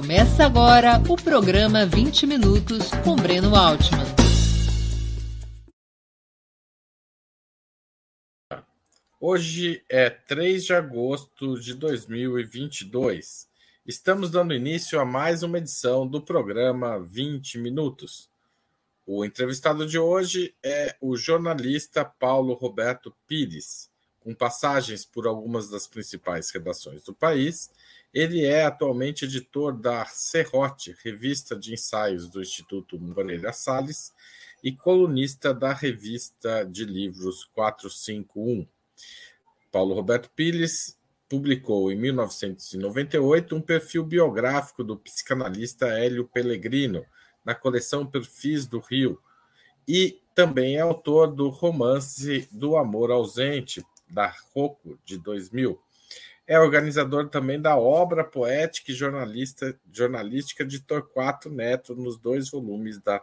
Começa agora o programa 20 Minutos com Breno Altman. Hoje é 3 de agosto de 2022. Estamos dando início a mais uma edição do programa 20 Minutos. O entrevistado de hoje é o jornalista Paulo Roberto Pires. Com passagens por algumas das principais redações do país, ele é atualmente editor da Serrote, revista de ensaios do Instituto Moreira Salles, e colunista da revista de livros 451. Paulo Roberto Pires publicou em 1998 um perfil biográfico do psicanalista Hélio Pellegrino, na coleção Perfis do Rio, e também é autor do romance Do Amor Ausente, da Rocco, de 2000. É organizador também da obra poética e jornalística de Torquato Neto, nos 2 volumes da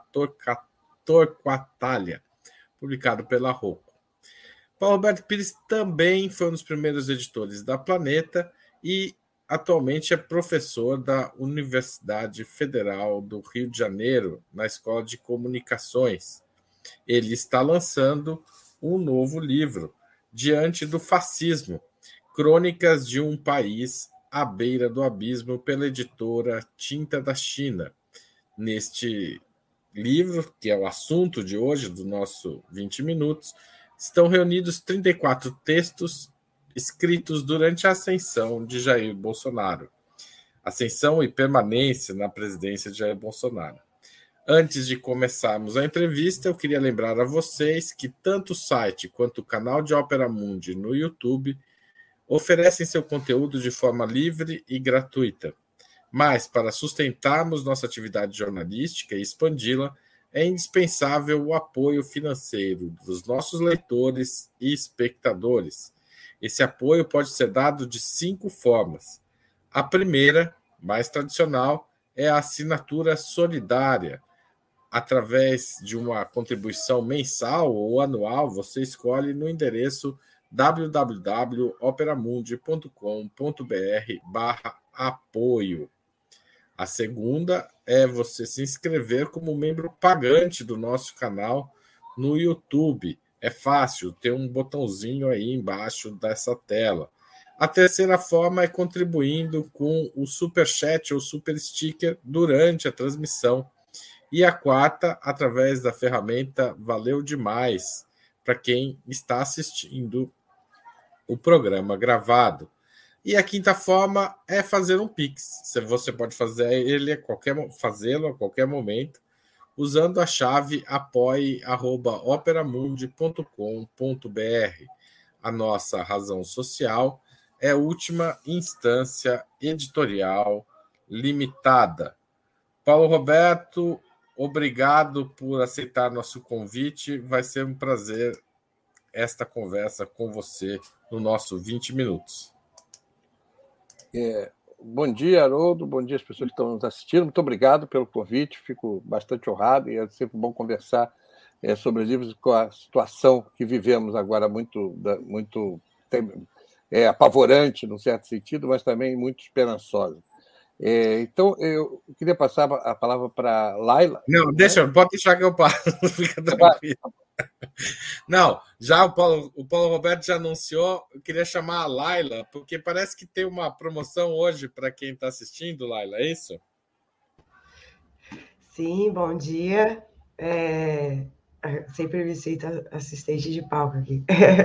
Torquatalha, publicado pela Rocco. Paulo Roberto Pires também foi um dos primeiros editores da Planeta e atualmente é professor da Universidade Federal do Rio de Janeiro, na Escola de Comunicações. Ele está lançando um novo livro, Diante do Fascismo, Crônicas de um País à Beira do Abismo, pela editora Tinta da China. Neste livro, que é o assunto de hoje do nosso 20 Minutos, estão reunidos 34 textos escritos durante a ascensão de Jair Bolsonaro. Ascensão e permanência na presidência de Jair Bolsonaro. Antes de começarmos a entrevista, eu queria lembrar a vocês que tanto o site quanto o canal de Ópera Mundi no YouTube oferecem seu conteúdo de forma livre e gratuita. Mas, para sustentarmos nossa atividade jornalística e expandi-la, é indispensável o apoio financeiro dos nossos leitores e espectadores. Esse apoio pode ser dado de 5 formas. A primeira, mais tradicional, é a assinatura solidária. Através de uma contribuição mensal ou anual, você escolhe no endereço www.operamundi.com.br/apoio. A segunda é você se inscrever como membro pagante do nosso canal no YouTube. É fácil, tem um botãozinho aí embaixo dessa tela. A terceira forma é contribuindo com o Superchat ou Super Sticker durante a transmissão. E a quarta, através da ferramenta Valeu Demais, para quem está assistindo o programa gravado. E a quinta forma é fazer um Pix. Você pode fazê-lo a qualquer momento, usando a chave apoie@operamundi.com.br. A nossa razão social é última instância editorial limitada. Paulo Roberto, obrigado por aceitar nosso convite. Vai ser um prazer esta conversa com você no nosso 20 Minutos. Bom dia, Haroldo. Bom dia às pessoas que estão nos assistindo. Muito obrigado pelo convite. Fico bastante honrado e é sempre bom conversar sobre os livros com a situação que vivemos agora muito apavorante, num certo sentido, mas também muito esperançosa. Então, eu queria passar a palavra para Laila. Não, pode deixar que eu passo, fica tranquilo. Não, já o Paulo Roberto já anunciou, eu queria chamar a Laila, porque parece que tem uma promoção hoje para quem está assistindo, Laila, é isso? Sim, bom dia. Sempre me sinto assistente de palco aqui.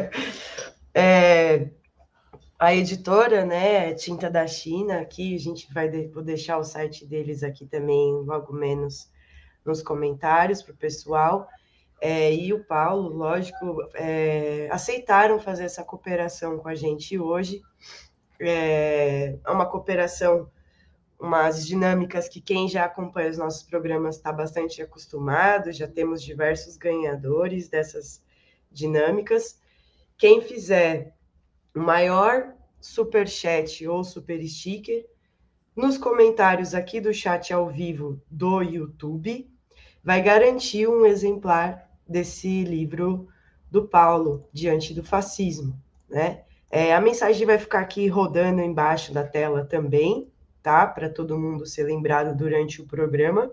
A editora, né, Tinta da China, aqui, a gente vou deixar o site deles aqui também, logo menos, nos comentários para o pessoal. E o Paulo, lógico, aceitaram fazer essa cooperação com a gente hoje. É uma cooperação, umas dinâmicas que quem já acompanha os nossos programas está bastante acostumado, já temos diversos ganhadores dessas dinâmicas. Quem fizer o maior superchat ou super sticker, nos comentários aqui do chat ao vivo do YouTube, vai garantir um exemplar desse livro do Paulo, Diante do Fascismo, né? A mensagem vai ficar aqui rodando embaixo da tela também, tá? Para todo mundo ser lembrado durante o programa.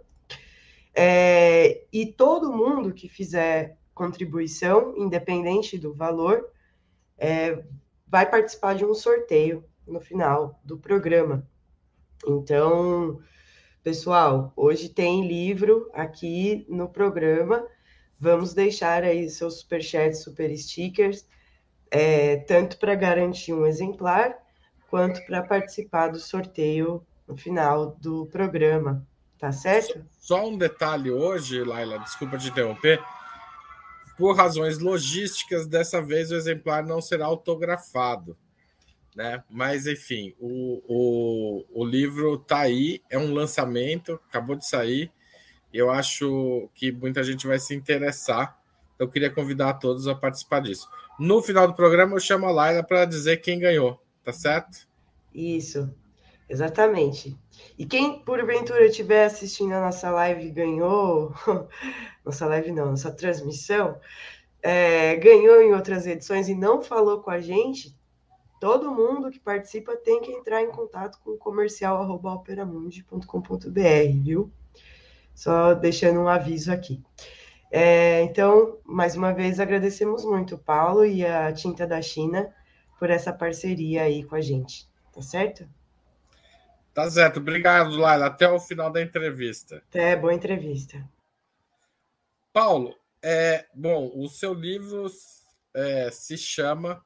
E todo mundo que fizer contribuição, independente do valor, vai participar de um sorteio no final do programa. Então, pessoal, hoje tem livro aqui no programa. Vamos deixar aí seus superchats, super stickers, tanto para garantir um exemplar, quanto para participar do sorteio no final do programa. Tá certo? Só um detalhe hoje, Laila, desculpa te interromper. Por razões logísticas, dessa vez o exemplar não será autografado, né? Mas, enfim, o livro está aí, é um lançamento, acabou de sair. Eu acho que muita gente vai se interessar. Eu queria convidar a todos a participar disso. No final do programa, eu chamo a Laila para dizer quem ganhou, tá certo? Isso, exatamente. E quem, porventura, estiver assistindo a nossa live e ganhou... Nossa live não, nossa transmissão, ganhou em outras edições e não falou com a gente, todo mundo que participa tem que entrar em contato com o comercial@operamundi.com.br, viu? Só deixando um aviso aqui. Então, mais uma vez, agradecemos muito o Paulo e a Tinta da China por essa parceria aí com a gente, tá certo? Tá certo, obrigado, Laila. Até o final da entrevista. Até, boa entrevista. Paulo, bom, o seu livro se chama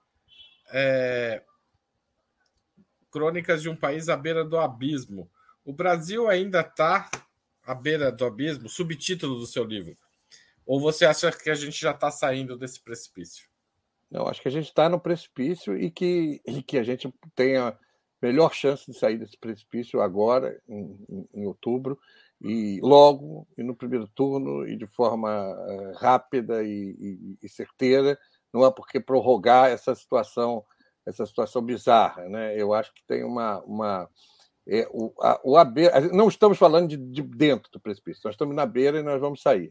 Crônicas de um País à Beira do Abismo. O Brasil ainda está à beira do abismo, subtítulo do seu livro. Ou você acha que a gente já está saindo desse precipício? Não, acho que a gente está no precipício e que a gente tem a melhor chance de sair desse precipício agora, em outubro, e logo, e no primeiro turno, e de forma rápida e certeira. Não há por que prorrogar essa situação bizarra, né? Eu acho que tem não estamos falando de dentro do precipício, nós estamos na beira e nós vamos sair.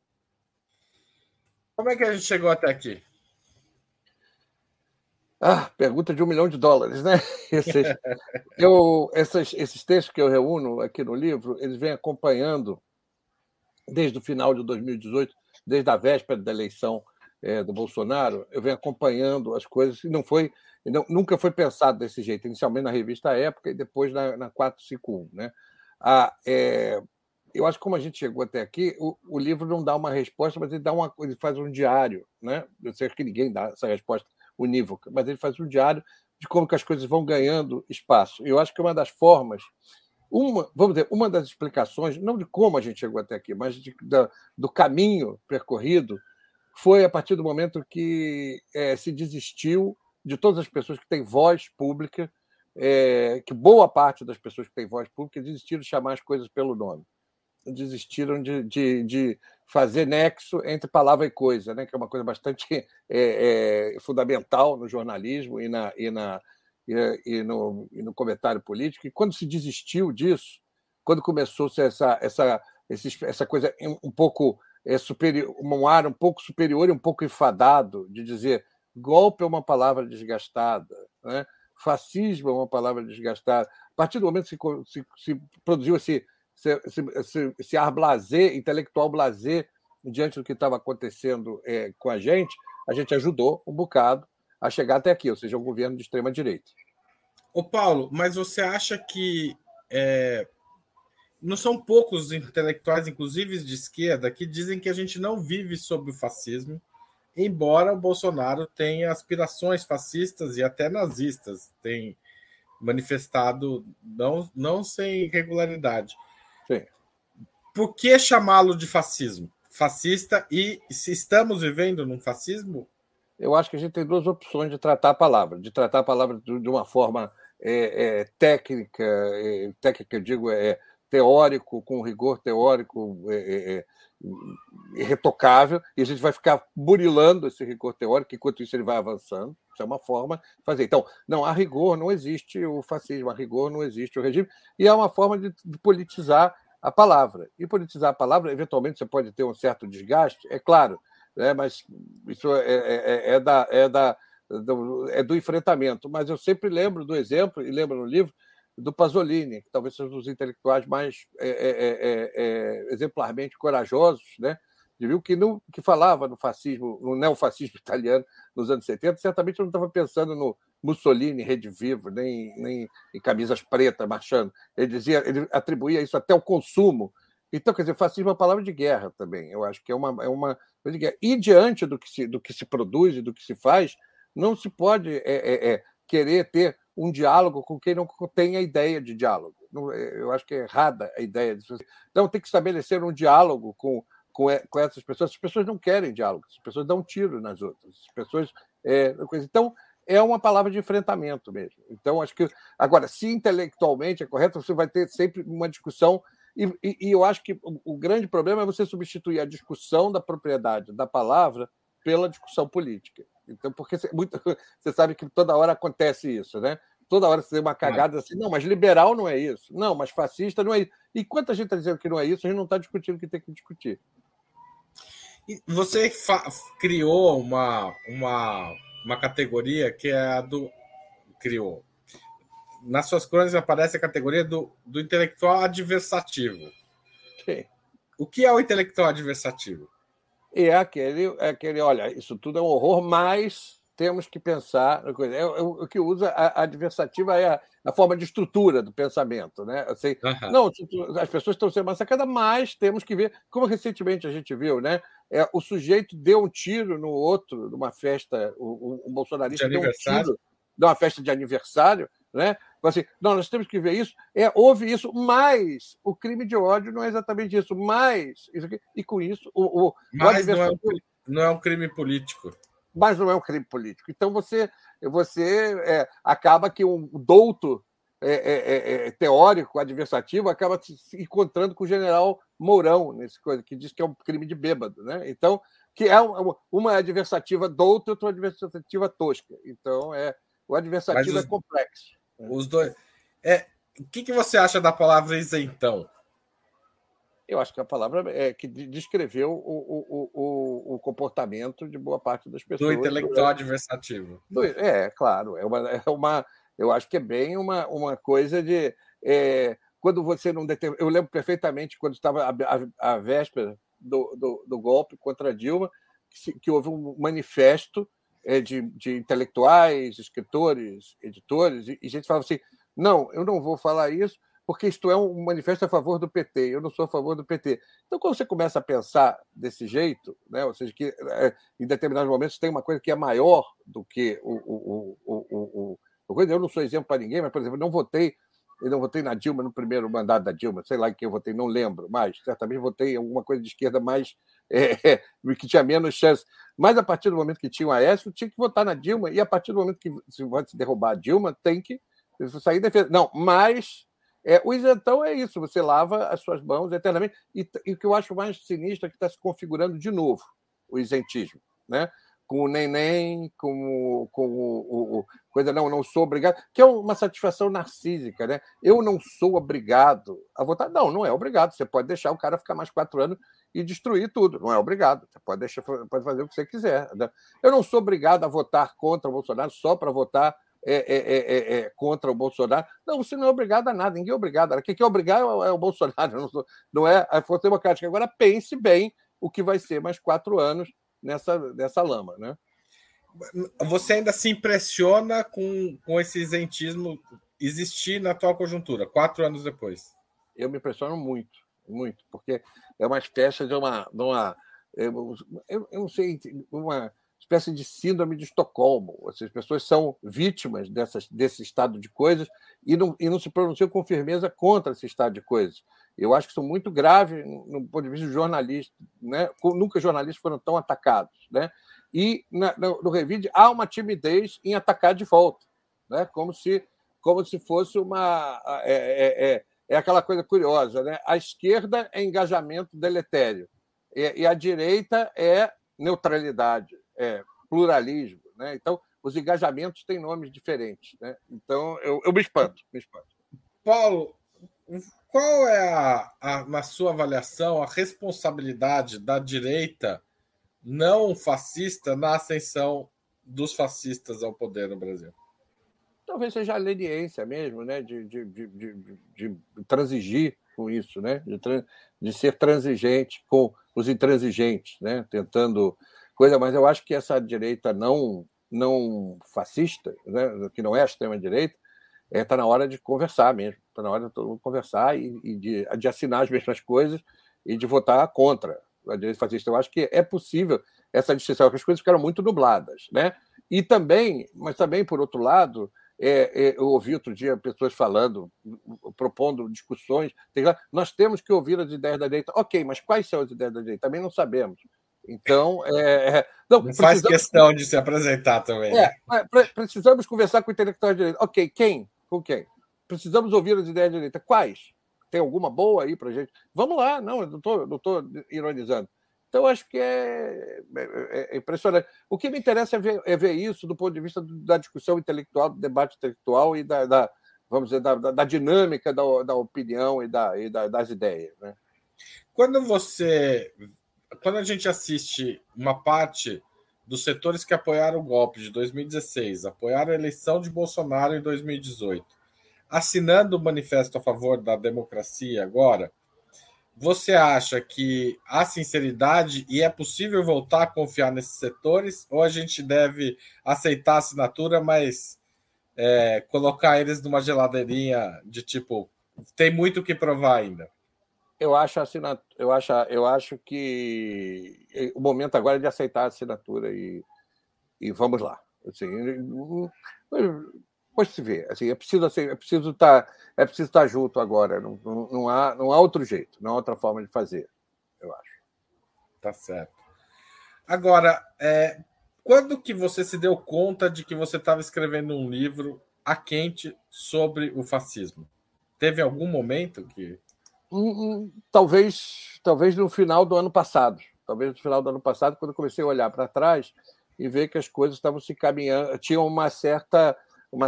Como é que a gente chegou até aqui? Pergunta de $1 milhão, né? Esses textos que eu reúno aqui no livro, eles vêm acompanhando desde o final de 2018, desde a véspera da eleição do Bolsonaro, eu venho acompanhando as coisas, e nunca foi pensado desse jeito, inicialmente na revista Época e depois na 451, né? Eu acho que como a gente chegou até aqui, o livro não dá uma resposta, mas ele faz um diário, né? Eu sei que ninguém dá essa resposta unívoca, mas ele faz um diário de como que as coisas vão ganhando espaço. Eu acho que uma das formas, uma das explicações, não de como a gente chegou até aqui, mas do caminho percorrido, foi a partir do momento que se desistiu de todas as pessoas que têm voz pública, que boa parte das pessoas que têm voz pública desistiram de chamar as coisas pelo nome. Desistiram de fazer nexo entre palavra e coisa, né? Que é uma coisa bastante fundamental no jornalismo e no comentário político. E quando se desistiu disso, quando começou-se essa coisa um pouco superior, um ar um pouco superior e um pouco enfadado de dizer golpe é uma palavra desgastada, né? Fascismo é uma palavra desgastada. A partir do momento que se produziu esse ar blasé, intelectual blasé, diante do que estava acontecendo com a gente ajudou um bocado a chegar até aqui, ou seja, um governo de extrema-direita. Ô Paulo, mas você acha que não são poucos intelectuais, inclusive de esquerda, que dizem que a gente não vive sob o fascismo, embora o Bolsonaro tenha aspirações fascistas e até nazistas, tem manifestado não sem irregularidade. Sim. Por que chamá-lo de fascismo? Fascista, e se estamos vivendo num fascismo? Eu acho que a gente tem duas opções de tratar a palavra. De tratar a palavra de uma forma técnica, eu digo, teórico, com rigor teórico irretocável, e a gente vai ficar burilando esse rigor teórico, enquanto isso ele vai avançando. Isso é uma forma de fazer. Então, não, a rigor não existe o fascismo, a rigor não existe o regime, e é uma forma de politizar a palavra. E politizar a palavra, eventualmente, você pode ter um certo desgaste, é claro, né? Mas isso é do enfrentamento. Mas eu sempre lembro do exemplo, e lembro no livro, do Pasolini, que talvez seja um dos intelectuais mais exemplarmente corajosos, né? Viu que falava no fascismo, no neofascismo italiano nos anos 70, certamente não estava pensando no Mussolini, Rede Vivo, nem em camisas pretas marchando. Ele atribuía isso até ao consumo. Então, quer dizer, fascismo é uma palavra de guerra também. Eu acho que é uma coisa de guerra. E diante do que se produz e do que se faz, não se pode querer ter um diálogo com quem não tem a ideia de diálogo. Eu acho que é errada a ideia disso. Então, tem que estabelecer um diálogo com essas pessoas. As pessoas não querem diálogo, as pessoas dão tiro nas outras. As pessoas, então, é uma palavra de enfrentamento mesmo. Então, acho que. Agora, se intelectualmente é correto, você vai ter sempre uma discussão. E eu acho que o grande problema é você substituir a discussão da propriedade da palavra pela discussão política. Então, porque você sabe que toda hora acontece isso, né? Toda hora você tem uma cagada assim, não, mas liberal não é isso, não, mas fascista não é isso. E quanta gente está dizendo que não é isso, a gente não está discutindo o que tem que discutir. E você criou uma categoria que é a do... Criou. Nas suas crônicas aparece a categoria do intelectual adversativo. Sim. O que é o intelectual adversativo? É aquele, olha, isso tudo é um horror, mas temos que pensar. O que usa a adversativa é a forma de estrutura do pensamento, né? Assim, não, as pessoas estão sendo massacradas, mas temos que ver, como recentemente a gente viu, né? O sujeito deu um tiro no outro, numa festa, o bolsonarista deu um tiro numa festa de aniversário, né? Assim, não, nós temos que ver isso. Houve isso, mas o crime de ódio não é exatamente isso, mas isso aqui, e com isso o adversativo não é um crime político. Mas não é um crime político. Então você acaba que um douto teórico adversativo acaba se encontrando com o general Mourão nesse coisa que diz que é um crime de bêbado, né? Então que é uma adversativa douta e outra adversativa tosca. Então o adversativo é complexo. Os dois. O que você acha da palavra isentão? Eu acho que a palavra que descreveu o comportamento de boa parte das pessoas. Do intelectual adversativo. Claro. Eu acho que é bem uma coisa de. Quando você não determina. Eu lembro perfeitamente quando estava a véspera do golpe contra Dilma, que houve um manifesto de intelectuais, escritores, editores, e a gente falava assim: não, eu não vou falar isso, porque isto é um manifesto a favor do PT, eu não sou a favor do PT. Então, quando você começa a pensar desse jeito, né, ou seja, que em determinados momentos tem uma coisa que é maior do que eu não sou exemplo para ninguém, mas, por exemplo, eu não votei na Dilma no primeiro mandato da Dilma, sei lá em que eu votei, não lembro, mas certamente votei em alguma coisa de esquerda mais que tinha menos chance. Mas a partir do momento que tinha o Aécio, tinha que votar na Dilma, e a partir do momento que se vai se derrubar a Dilma, tem que sair em defesa. Não, mas o isentão é isso, você lava as suas mãos eternamente. E o que eu acho mais sinistro é que está se configurando de novo o isentismo, né? Com o neném, com o coisa, não sou obrigado, que é uma satisfação narcísica, né? Eu não sou obrigado a votar. Não é obrigado. Você pode deixar o cara ficar mais 4 anos e destruir tudo. Não é obrigado. Você pode fazer o que você quiser, né? Eu não sou obrigado a votar contra o Bolsonaro só para votar contra o Bolsonaro. Não, você não é obrigado a nada, ninguém é obrigado. Quem é obrigado é o Bolsonaro, não é a Força Democrática. Agora pense bem o que vai ser mais 4 anos nessa lama, né? Você ainda se impressiona com esse isentismo existir na atual conjuntura, 4 anos depois? Eu me impressiono muito, muito, porque é uma espécie de uma eu não sei, uma espécie de síndrome de Estocolmo. As pessoas são vítimas desse estado de coisas e não se pronunciam com firmeza contra esse estado de coisas. Eu acho que isso é muito grave no ponto de vista jornalista, né? Nunca jornalistas foram tão atacados, né? E no Revide há uma timidez em atacar de volta, né? Como se fosse uma aquela coisa curiosa, né? A esquerda é engajamento deletério e a direita é neutralidade, pluralismo, né? Então os engajamentos têm nomes diferentes, né? Então eu me espanto. Paulo, qual é na sua avaliação a responsabilidade da direita não fascista na ascensão dos fascistas ao poder no Brasil? talvez seja a leniência mesmo, né? De transigir com isso, né? De ser transigente com os intransigentes, né? Tentando coisa, mas eu acho que essa direita não fascista, né? Que não é a extrema-direita, está na hora de conversar mesmo, está na hora de todo mundo conversar e de assinar as mesmas coisas e de votar contra a direita fascista. Eu acho que é possível essa distinção, porque as coisas ficaram muito nubladas, né? E também, mas também, por outro lado, eu ouvi outro dia pessoas falando, propondo discussões. Nós temos que ouvir as ideias da direita. Ok, mas quais são as ideias da direita? Também não sabemos. Então, não faz questão de se apresentar também. Precisamos conversar com o intelectual de direita. Ok, quem? Com quem? Precisamos ouvir as ideias da direita. Quais? Tem alguma boa aí para a gente? Vamos lá, não estou ironizando. Então, acho que é impressionante. O que me interessa é ver isso do ponto de vista da discussão intelectual, do debate intelectual e vamos dizer, da dinâmica da opinião e das ideias. Né? Quando a gente assiste uma parte dos setores que apoiaram o golpe de 2016, apoiaram a eleição de Bolsonaro em 2018, assinando o manifesto a favor da democracia agora, você acha que há sinceridade e é possível voltar a confiar nesses setores? Ou a gente deve aceitar a assinatura, mas colocar eles numa geladeirinha de tipo, tem muito o que provar ainda? Eu acho que o momento agora é de aceitar a assinatura e vamos lá. Assim, depois se vê. Assim, é preciso estar junto agora. Não há outro jeito, não há outra forma de fazer, eu acho. Tá certo. Agora, quando que você se deu conta de que você estava escrevendo um livro a quente sobre o fascismo? Teve algum momento que... Talvez no final do ano passado. Talvez no final do ano passado, quando eu comecei a olhar para trás e ver que as coisas estavam se caminhando, tinham uma certa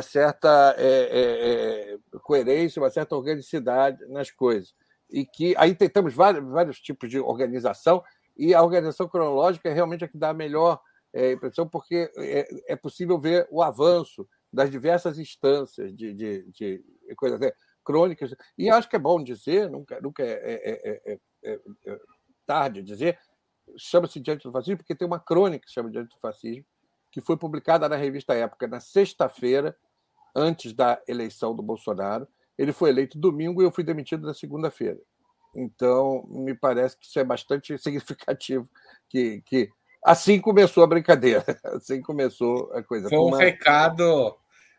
coerência, uma certa organicidade nas coisas. E que aí tentamos vários tipos de organização, e a organização cronológica é realmente a que dá a melhor impressão, porque é possível ver o avanço das diversas instâncias de coisas crônicas. E acho que é bom dizer, nunca é tarde dizer, chama-se Diante do Fascismo, porque tem uma crônica que se chama Diante do Fascismo, que foi publicada na revista Época na sexta-feira, antes da eleição do Bolsonaro. Ele foi eleito domingo e eu fui demitido na segunda-feira. Então, me parece que isso é bastante significativo, que assim começou a brincadeira, assim começou a coisa. Foi um recado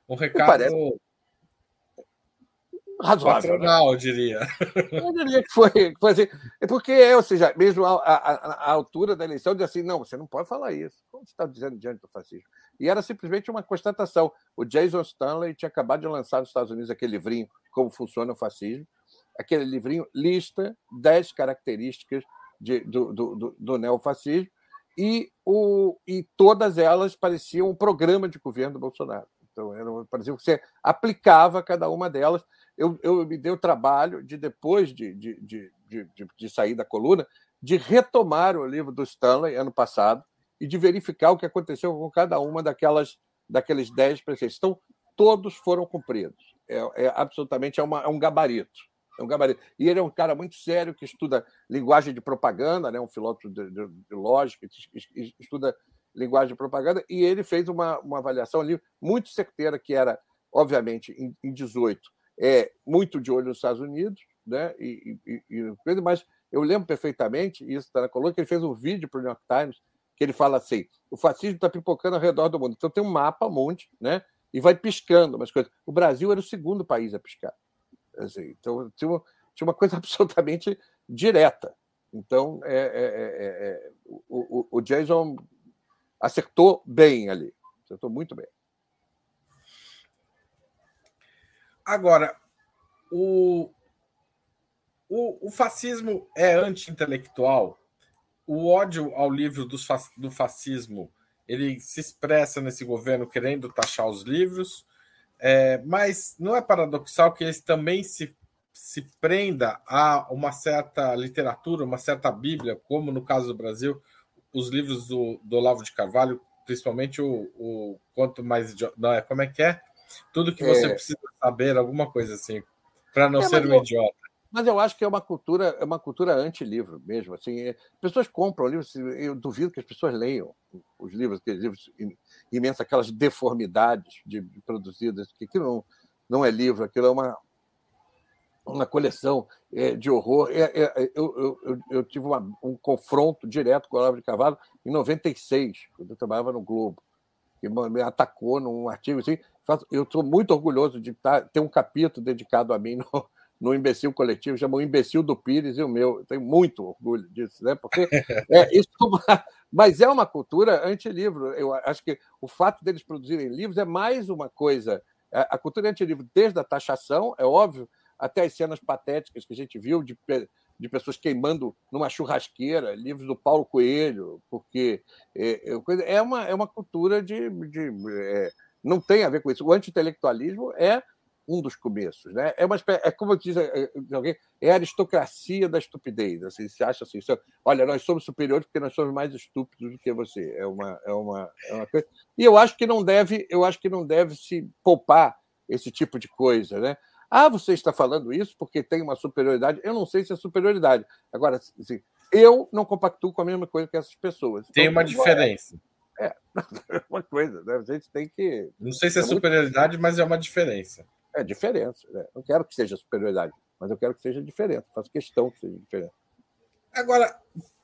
razoável, patronal, né? eu diria. Eu diria que foi assim. Porque, ou seja, mesmo a altura da eleição, diz assim, não, você não pode falar isso. Como você está dizendo diante do fascismo? E era simplesmente uma constatação. O Jason Stanley tinha acabado de lançar nos Estados Unidos aquele livrinho, Como Funciona o Fascismo. Aquele livrinho lista 10 características do neofascismo e todas elas pareciam um programa de governo do Bolsonaro. Então, parecia que você aplicava cada uma delas. Eu me dei o trabalho de, depois de sair da coluna, de retomar o livro do Stanley, ano passado, e de verificar o que aconteceu com cada uma daqueles 10 preceitos. Então, todos foram cumpridos. Absolutamente um gabarito. É um gabarito. E ele é um cara muito sério que estuda linguagem de propaganda, né? Um filósofo de lógica, estuda linguagem de propaganda, e ele fez uma avaliação ali muito certeira, que era, obviamente, em 18, muito de olho nos Estados Unidos, né? Mas eu lembro perfeitamente, isso está na coluna, que ele fez um vídeo para o New York Times, que ele fala assim, o fascismo está pipocando ao redor do mundo. Então tem um mapa, né? E vai piscando umas coisas. O Brasil era o segundo país a piscar. Assim, então tinha uma coisa absolutamente direta. Então o Jason acertou bem ali, acertou muito bem. Agora, o fascismo é anti-intelectual. O ódio ao livro do fascismo, ele se expressa nesse governo querendo taxar os livros, mas não é paradoxal que eles também se prenda a uma certa literatura, uma certa Bíblia, como no caso do Brasil, os livros do Olavo de Carvalho, principalmente o Quanto Mais... Não, como é que é? Tudo que você precisa saber, alguma coisa assim, para não ser um idiota. Mas eu acho que é uma cultura anti-livro mesmo. Assim, pessoas compram livros, eu duvido que as pessoas leiam os livros, aqueles livros imensos, aquelas deformidades produzidas, que aquilo não é livro, aquilo é uma coleção de horror. Eu tive um confronto direto com o Olavo de Carvalho em 96, quando eu trabalhava no Globo, que me atacou num artigo assim. Eu estou muito orgulhoso de ter um capítulo dedicado a mim no Imbecil Coletivo, chama o Imbecil do Pires e o meu. Eu tenho muito orgulho disso, né? Porque mas é uma cultura anti-livro. Eu acho que o fato deles produzirem livros é mais uma coisa. A cultura anti-livro, desde a taxação, é óbvio, até as cenas patéticas que a gente viu de pessoas queimando numa churrasqueira livros do Paulo Coelho, porque é uma cultura não tem a ver com isso. O anti-intelectualismo é um dos começos, né? É como diz alguém, é a aristocracia da estupidez. Assim, se acha assim, olha, nós somos superiores porque nós somos mais estúpidos do que você. É uma coisa. E eu acho que não deve se poupar esse tipo de coisa, né? Você está falando isso porque tem uma superioridade. Eu não sei se é superioridade. Agora, assim, eu não compactuo com a mesma coisa que essas pessoas. Tem uma diferença. Uma coisa, né? A gente tem que. Não sei se é superioridade, mas é uma diferença. É diferença. Né? Não quero que seja superioridade, mas eu quero que seja diferença. Faço questão que seja diferença. Agora,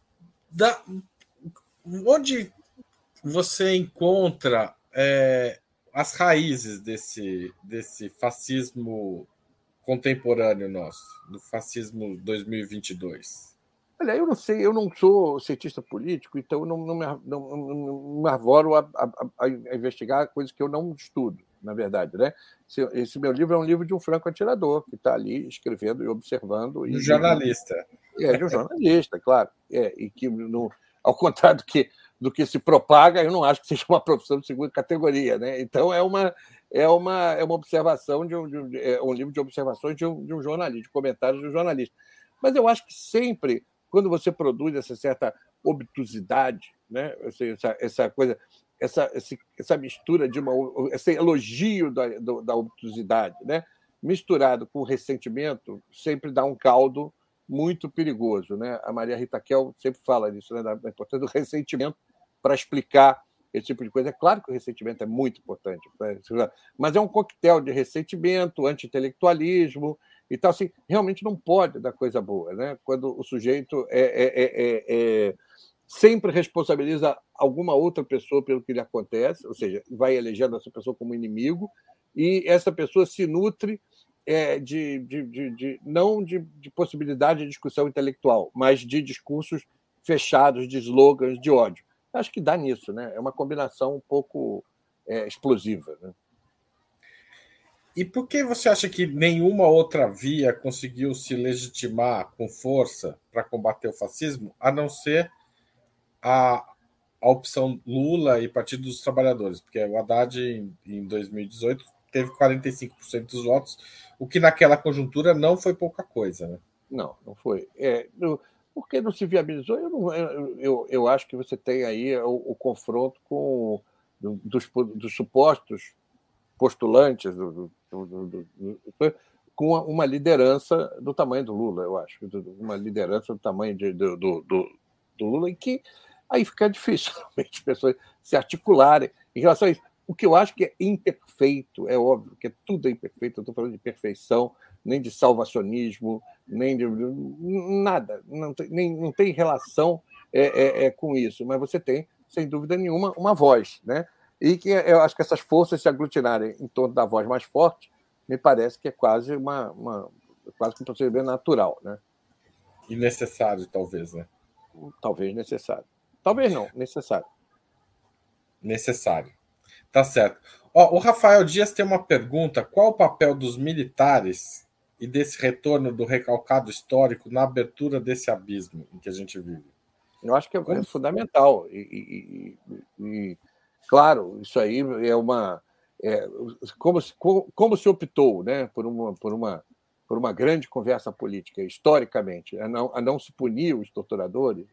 onde você encontra as raízes desse fascismo contemporâneo nosso, do fascismo 2022? Olha, eu não sei, eu não sou cientista político, então eu não me arvoro a investigar coisas que eu não estudo, na verdade, né? Esse meu livro é um livro de um franco-atirador que está ali escrevendo e observando. De um jornalista. De um jornalista, claro. E que, ao contrário do que se propaga, eu não acho que seja uma profissão de segunda categoria, né? Então é uma observação um livro de observações de um jornalista, de comentários de um jornalista. Mas eu acho que sempre, quando você produz essa certa obtusidade, né? Essa coisa, essa mistura esse elogio da obtusidade, né? Misturado com ressentimento, sempre dá um caldo muito perigoso, né? A Maria Rita Kell sempre fala disso, né? Da importância do ressentimento para explicar esse tipo de coisa. É claro que o ressentimento é muito importante, mas é um coquetel de ressentimento, anti-intelectualismo e tal. Assim, realmente não pode dar coisa boa, né? Quando o sujeito sempre responsabiliza alguma outra pessoa pelo que lhe acontece, ou seja, vai elegendo essa pessoa como inimigo, e essa pessoa se nutre não de possibilidade de discussão intelectual, mas de discursos fechados, de slogans de ódio. Acho que dá nisso, né? É uma combinação um pouco explosiva, né? E por que você acha que nenhuma outra via conseguiu se legitimar com força para combater o fascismo, a não ser a opção Lula e Partido dos Trabalhadores? Porque o Haddad, em 2018, teve 45% dos votos, o que naquela conjuntura não foi pouca coisa, né? Não foi. Porque não se viabilizou, eu acho que você tem aí o confronto dos supostos postulantes com uma liderança do tamanho do Lula, eu acho. Uma liderança do tamanho do Lula, em que aí fica difícil as pessoas se articularem em relação a isso. O que eu acho que é imperfeito, é óbvio que tudo é imperfeito, eu estou falando de perfeição, nem de salvacionismo, nem de nada, não tem relação com isso, mas você tem, sem dúvida nenhuma, uma voz, né? E que eu acho que essas forças se aglutinarem em torno da voz mais forte, me parece que é quase quase um procedimento natural, né? E necessário, talvez, né? Talvez necessário. Talvez não, necessário. Necessário. Tá certo. O Rafael Dias tem uma pergunta: qual o papel dos militares e desse retorno do recalcado histórico na abertura desse abismo em que a gente vive? Eu acho que é fundamental. E claro, isso aí como se optou, né, por uma grande conversa política, historicamente, a não se punir os torturadores,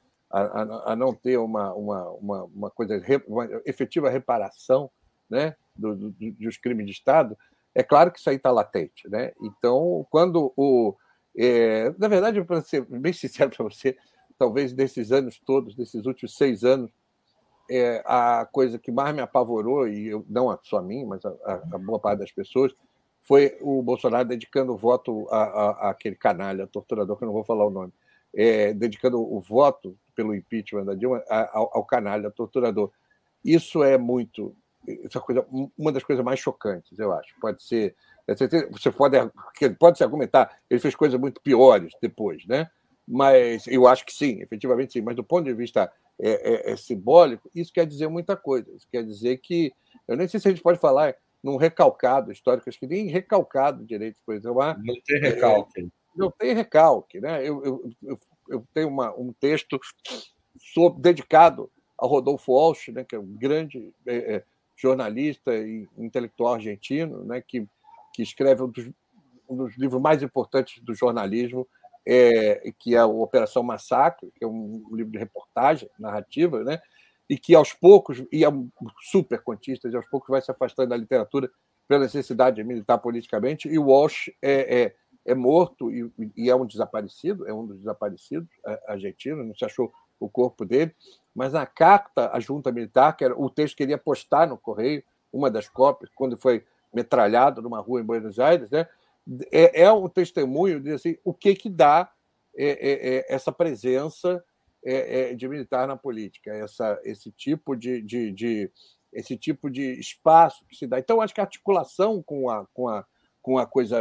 a não ter uma efetiva reparação, né? dos crimes de Estado, é claro que isso aí está latente, né? Então, quando na verdade, para ser bem sincero para você, talvez desses anos todos, desses últimos 6 anos, a coisa que mais me apavorou, e não só a mim, mas a boa parte das pessoas, foi o Bolsonaro dedicando o voto àquele canalha, torturador, que eu não vou falar o nome, dedicando o voto pelo impeachment da Dilma ao canalha, torturador. Isso é muito... uma das coisas mais chocantes, eu acho. Pode ser... Você pode se argumentar, ele fez coisas muito piores depois, né? Mas eu acho que sim, efetivamente sim. Mas do ponto de vista simbólico, isso quer dizer muita coisa. Isso quer dizer que... Eu nem sei se a gente pode falar num recalcado histórico, acho que nem recalcado direito foi. Não tem recalque. Não tem recalque, né? Eu tenho um texto dedicado ao Rodolfo Walsh, né, que é um grande jornalista e intelectual argentino, né, que escreve um dos livros mais importantes do jornalismo, que é a Operação Massacre, que é um livro de reportagem narrativa, né, e que aos poucos, e é um super contista, e aos poucos vai se afastando da literatura pela necessidade de militar politicamente, e o Walsh é morto e é um dos desaparecidos argentinos, não se achou o corpo dele, mas na carta à junta militar, que era o texto que ele ia postar no Correio, uma das cópias, quando foi metralhado numa rua em Buenos Aires, né, é um testemunho de assim, o que dá essa presença de militar na política, esse tipo de espaço que se dá. Então, acho que a articulação com a coisa,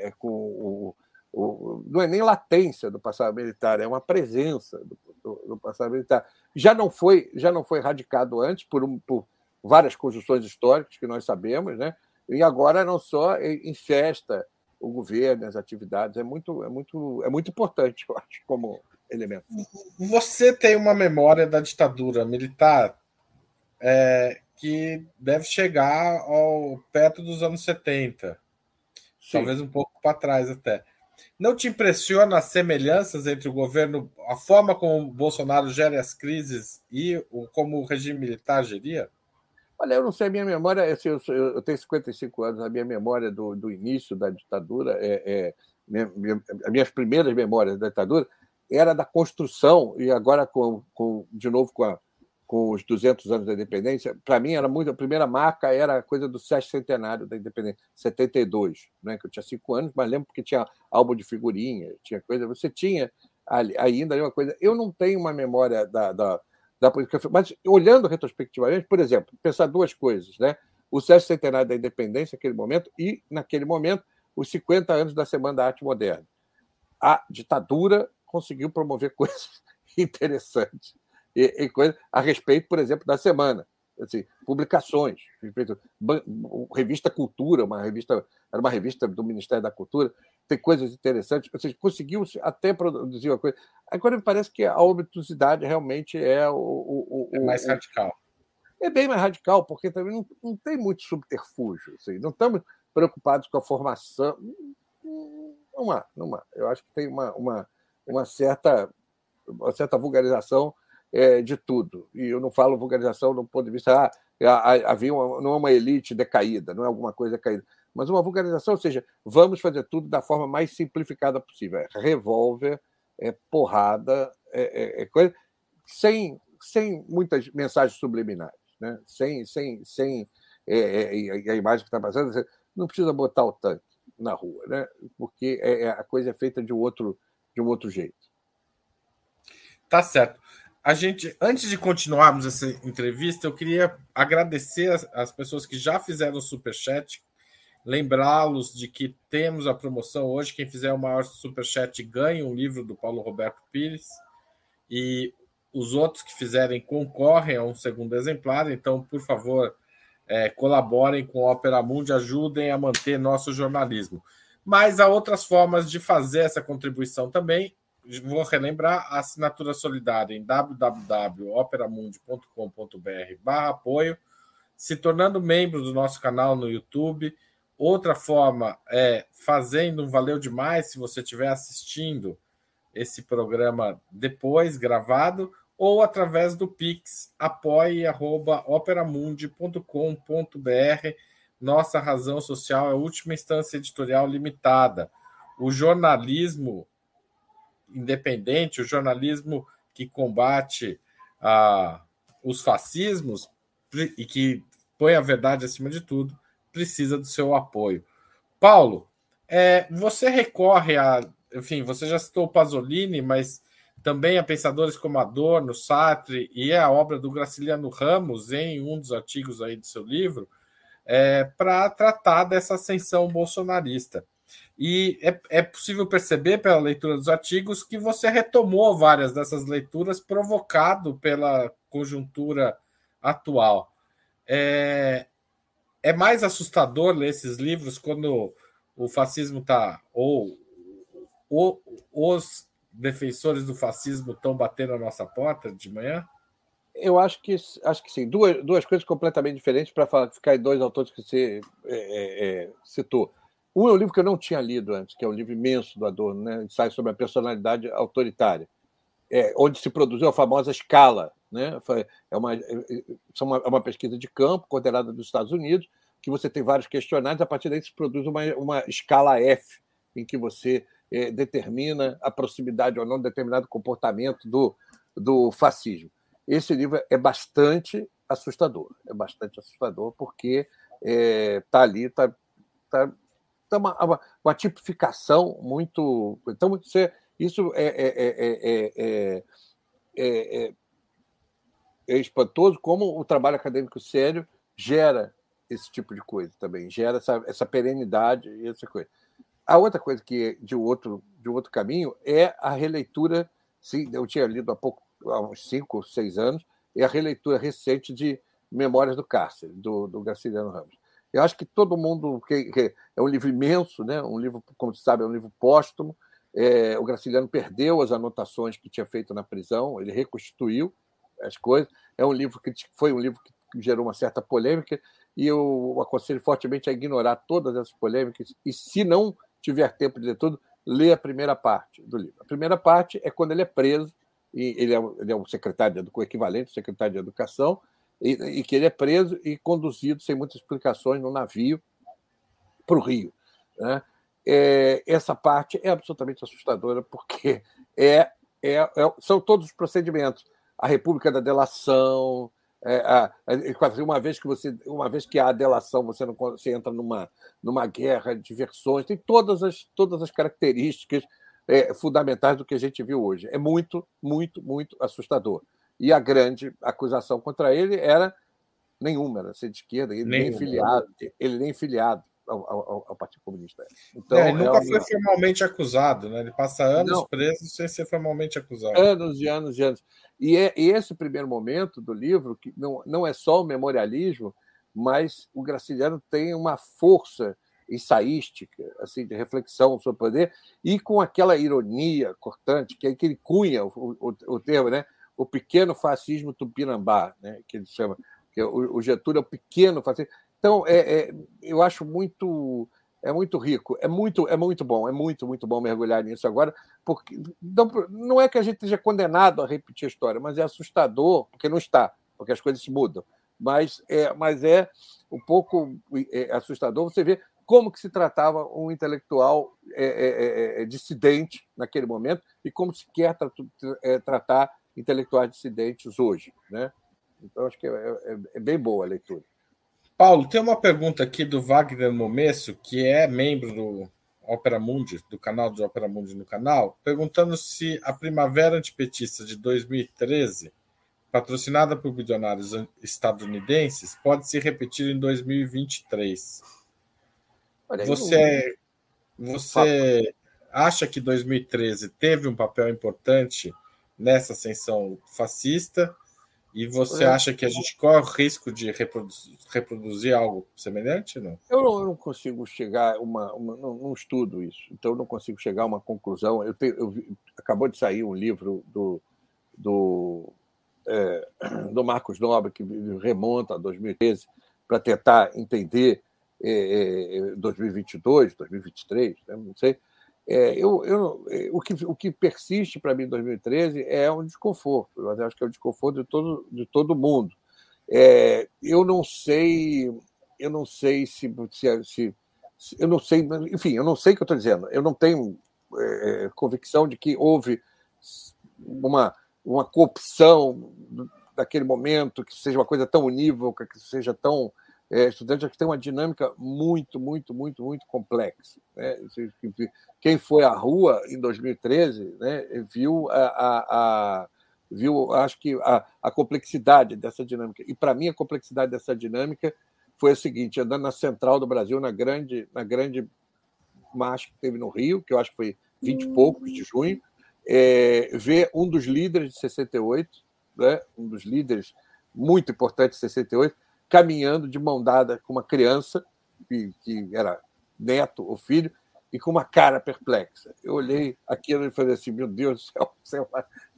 não é nem latência do passado militar, é uma presença do passado militar. Já não foi radicado antes por várias conjunções históricas que nós sabemos, né? E agora não só infesta o governo, as atividades, é muito importante, eu acho, como elemento. Você tem uma memória da ditadura militar que deve chegar perto dos anos 70, sim. Talvez um pouco para trás até. Não te impressiona as semelhanças entre o governo, a forma como o Bolsonaro gera as crises e como o regime militar geria? Olha, eu não sei, a minha memória, eu tenho 55 anos, a minha memória do início da ditadura, as minhas primeiras memórias da ditadura, era da construção, e agora, de novo, com os 200 anos da independência, para mim, a primeira marca era a coisa do sexcentenário da independência, 72, né, que eu tinha 5 anos, mas lembro porque tinha álbum de figurinha, tinha coisa, você tinha ainda uma coisa. Eu não tenho uma memória da política, mas olhando retrospectivamente, por exemplo, pensar duas coisas, né? O sexcentenário da independência, naquele momento, e, naquele momento, os 50 anos da Semana da Arte Moderna. A ditadura conseguiu promover coisas interessantes e coisas a respeito, por exemplo, da semana. Assim, publicações, revista Cultura, era uma revista do Ministério da Cultura, tem coisas interessantes, ou seja, conseguiu até produzir uma coisa. Agora me parece que a obtusidade realmente é mais radical. É bem mais radical, porque também não tem muito subterfúgio. Assim, não estamos preocupados com a formação. Não há. Eu acho que tem uma certa vulgarização de tudo. E eu não falo vulgarização do ponto de vista havia não é uma elite decaída, não é alguma coisa caída, mas uma vulgarização, ou seja, vamos fazer tudo da forma mais simplificada possível. Revólver, porrada, coisa, sem muitas mensagens subliminares, né? Sem a imagem que está passando, não precisa botar o tanque na rua, né? Porque a coisa é feita de um outro jeito. Tá certo. Antes de continuarmos essa entrevista, eu queria agradecer as pessoas que já fizeram o superchat, lembrá-los de que temos a promoção hoje. Quem fizer o maior superchat ganha um livro do Paulo Roberto Pires, e os outros que fizerem concorrem a um segundo exemplar. Então, por favor, colaborem com a Opera Mundi, ajudem a manter nosso jornalismo. Mas há outras formas de fazer essa contribuição também. Vou relembrar a assinatura solidária em www.operamundi.com.br/apoio, se tornando membro do nosso canal no YouTube. Outra forma é fazendo um Valeu Demais, se você estiver assistindo esse programa depois, gravado, ou através do Pix, apoie@operamundi.com.br. Nossa razão social é a última instância editorial limitada. O jornalismo independente, o jornalismo que combate os fascismos e que põe a verdade acima de tudo, precisa do seu apoio. Paulo, você recorre enfim, você já citou o Pasolini, mas também a pensadores como Adorno, Sartre e a obra do Graciliano Ramos, em um dos artigos aí do seu livro, para tratar dessa ascensão bolsonarista. E é possível perceber pela leitura dos artigos que você retomou várias dessas leituras provocado pela conjuntura atual. É mais assustador ler esses livros quando o fascismo está, ou os defensores do fascismo estão batendo a nossa porta de manhã? Eu acho que sim. Duas coisas completamente diferentes para ficar em dois autores que você citou. Um é um livro que eu não tinha lido antes, que é um livro imenso do Adorno, né? Ensaio sobre a personalidade autoritária, onde se produziu a famosa escala, né? É uma pesquisa de campo coordenada dos Estados Unidos, que você tem vários questionários, a partir daí se produz uma escala F, em que você determina a proximidade ou não de determinado comportamento do fascismo. Esse livro é bastante assustador, porque está ali, está uma tipificação muito. Então, isso é espantoso, como o trabalho acadêmico sério gera esse tipo de coisa também, gera essa perenidade e essa coisa. A outra coisa que é de outro caminho é a releitura. Sim, eu tinha lido há uns 5 ou 6 anos, é a releitura recente de Memórias do Cárcere, do Graciliano Ramos. Eu acho que todo mundo... que é um livro imenso, né? Um livro, como você sabe, é um livro póstumo. O Graciliano perdeu as anotações que tinha feito na prisão, ele reconstituiu as coisas. Foi um livro que gerou uma certa polêmica, e eu aconselho fortemente a ignorar todas essas polêmicas, e se não tiver tempo de ler tudo, ler a primeira parte do livro. A primeira parte é quando ele é preso, e ele é um secretário, o equivalente ao secretário de Educação, e que ele é preso e conduzido, sem muitas explicações, no navio para o Rio. Né? Essa parte é absolutamente assustadora, porque são todos os procedimentos. A República da Delação, uma vez que há a delação, você entra numa guerra de versões, tem todas as características fundamentais do que a gente viu hoje. É muito, muito, muito assustador. E a grande acusação contra ele era nenhuma, era ser de esquerda, ele nem filiado ao Partido Comunista. Então, ele nunca foi formalmente acusado, né? Ele passa anos preso sem ser formalmente acusado. Anos e anos e anos. E esse primeiro momento do livro, que não é só o memorialismo, mas o Graciliano tem uma força ensaística, assim, de reflexão sobre o poder, e com aquela ironia cortante, que ele cunha o termo, né? O pequeno fascismo tupinambá, né? Que ele chama, que o Getúlio é o pequeno fascismo. Então, eu acho muito rico, é muito bom, muito bom mergulhar nisso agora, porque não é que a gente esteja condenado a repetir a história, mas é assustador, porque não está, porque as coisas se mudam, mas é um pouco assustador você ver como que se tratava um intelectual dissidente naquele momento e como se quer tratar intelectuais dissidentes hoje, né? Então, acho que é bem boa a leitura. Paulo, tem uma pergunta aqui do Wagner Momesso, que é membro do Opera Mundi, do canal do Opera Mundi no canal, perguntando se a Primavera Antipetista de 2013, patrocinada por bilionários estadunidenses, pode se repetir em 2023. Você acha que 2013 teve um papel importante nessa ascensão fascista? E você acha que a gente corre o risco de reproduzir algo semelhante? Não? Eu não consigo chegar não estudo isso, então eu não consigo chegar a uma conclusão. Acabou de sair um livro do Marcos Nobre, que remonta a 2013, para tentar entender 2022, 2023, né? Não sei. O que persiste para mim em 2013 é um desconforto. Eu acho que é um desconforto de todo mundo. Eu não sei se eu não sei, enfim, eu não sei o que eu estou dizendo. Eu não tenho convicção de que houve uma corrupção daquele momento, que seja uma coisa tão unívoca, que seja tão estudante, que tem uma dinâmica muito, muito, muito, muito complexa. Né? Quem foi à rua em 2013, né, viu acho que a complexidade dessa dinâmica. E, para mim, a complexidade dessa dinâmica foi a seguinte: andando na Central do Brasil, na grande marcha que teve no Rio, que eu acho que foi 20 e poucos de junho, ver um dos líderes de 68, né, um dos líderes muito importantes de 68, caminhando de mão dada com uma criança, que era neto ou filho, e com uma cara perplexa. Eu olhei aquilo e falei assim, meu Deus do céu,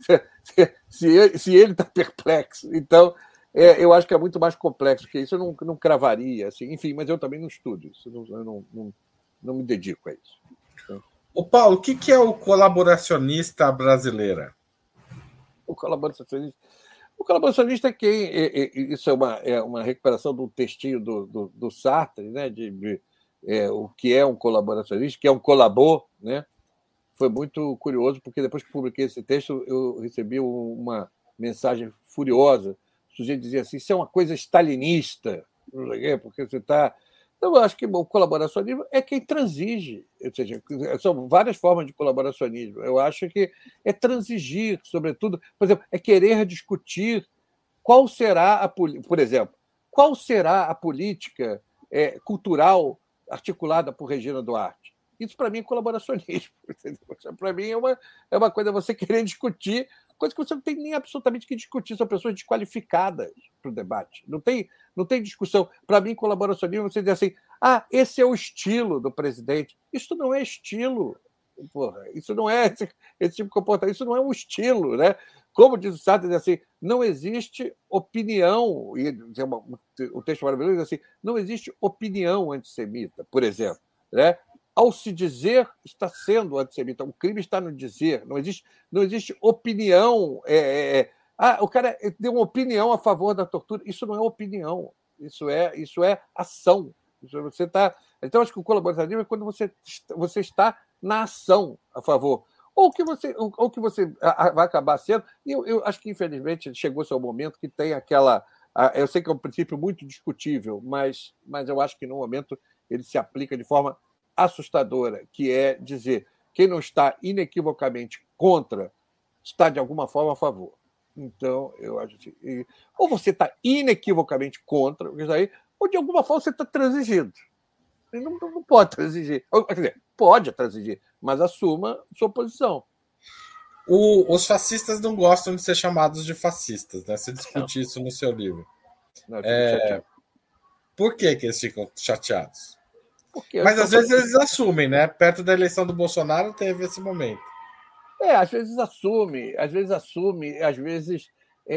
se ele está perplexo, então eu acho que é muito mais complexo que isso. Eu não cravaria, assim, enfim, mas eu também não estudo isso, eu não me dedico a isso. Ô Paulo, o que é o colaboracionista brasileira? O colaboracionista é quem... Isso é uma recuperação de um textinho do Sartre, né, o que é um colaboracionista, que é um colabor, né? Foi muito curioso, porque depois que publiquei esse texto, eu recebi uma mensagem furiosa. O sujeito dizia assim, isso é uma coisa stalinista, porque você está... Então, eu acho que o colaboracionismo é quem transige, ou seja, são várias formas de colaboracionismo. Eu acho que é transigir, sobretudo, por exemplo, é querer discutir qual será por exemplo, qual será a política cultural articulada por Regina Duarte. Isso, para mim, é colaboracionismo. Para mim, é uma coisa você querer discutir, coisa que você não tem nem absolutamente que discutir, são pessoas desqualificadas para o debate. Não tem discussão. Para mim, colaboracionismo, você diz assim, esse é o estilo do presidente. Isso não é estilo. Porra, isso não é esse tipo de comportamento, isso não é um estilo, né? Como diz o Sartre, diz assim, não existe opinião, e o texto maravilhoso diz assim, não existe opinião antissemita, por exemplo, né? Ao se dizer, está sendo antissemita. O crime está no dizer. Não existe opinião. O cara deu uma opinião a favor da tortura. Isso não é opinião. Isso é ação. Você tá... Então, acho que o colaboracionismo é quando você está na ação a favor. Ou que você vai acabar sendo... Eu acho que, infelizmente, chegou-se ao momento que tem aquela... Eu sei que é um princípio muito discutível, mas eu acho que, no momento, ele se aplica de forma assustadora, que é dizer quem não está inequivocamente contra está, de alguma forma, a favor. Então, eu acho assim, ou você está inequivocamente contra, ou, de alguma forma, você está transigindo. Não pode transigir. Quer dizer, pode transigir, mas assuma sua posição. Os fascistas não gostam de ser chamados de fascistas, né? Você discute isso no seu livro. Não, por que eles ficam chateados? Mas às vezes eles assumem, né? Perto da eleição do Bolsonaro teve esse momento. Às vezes assume, às vezes.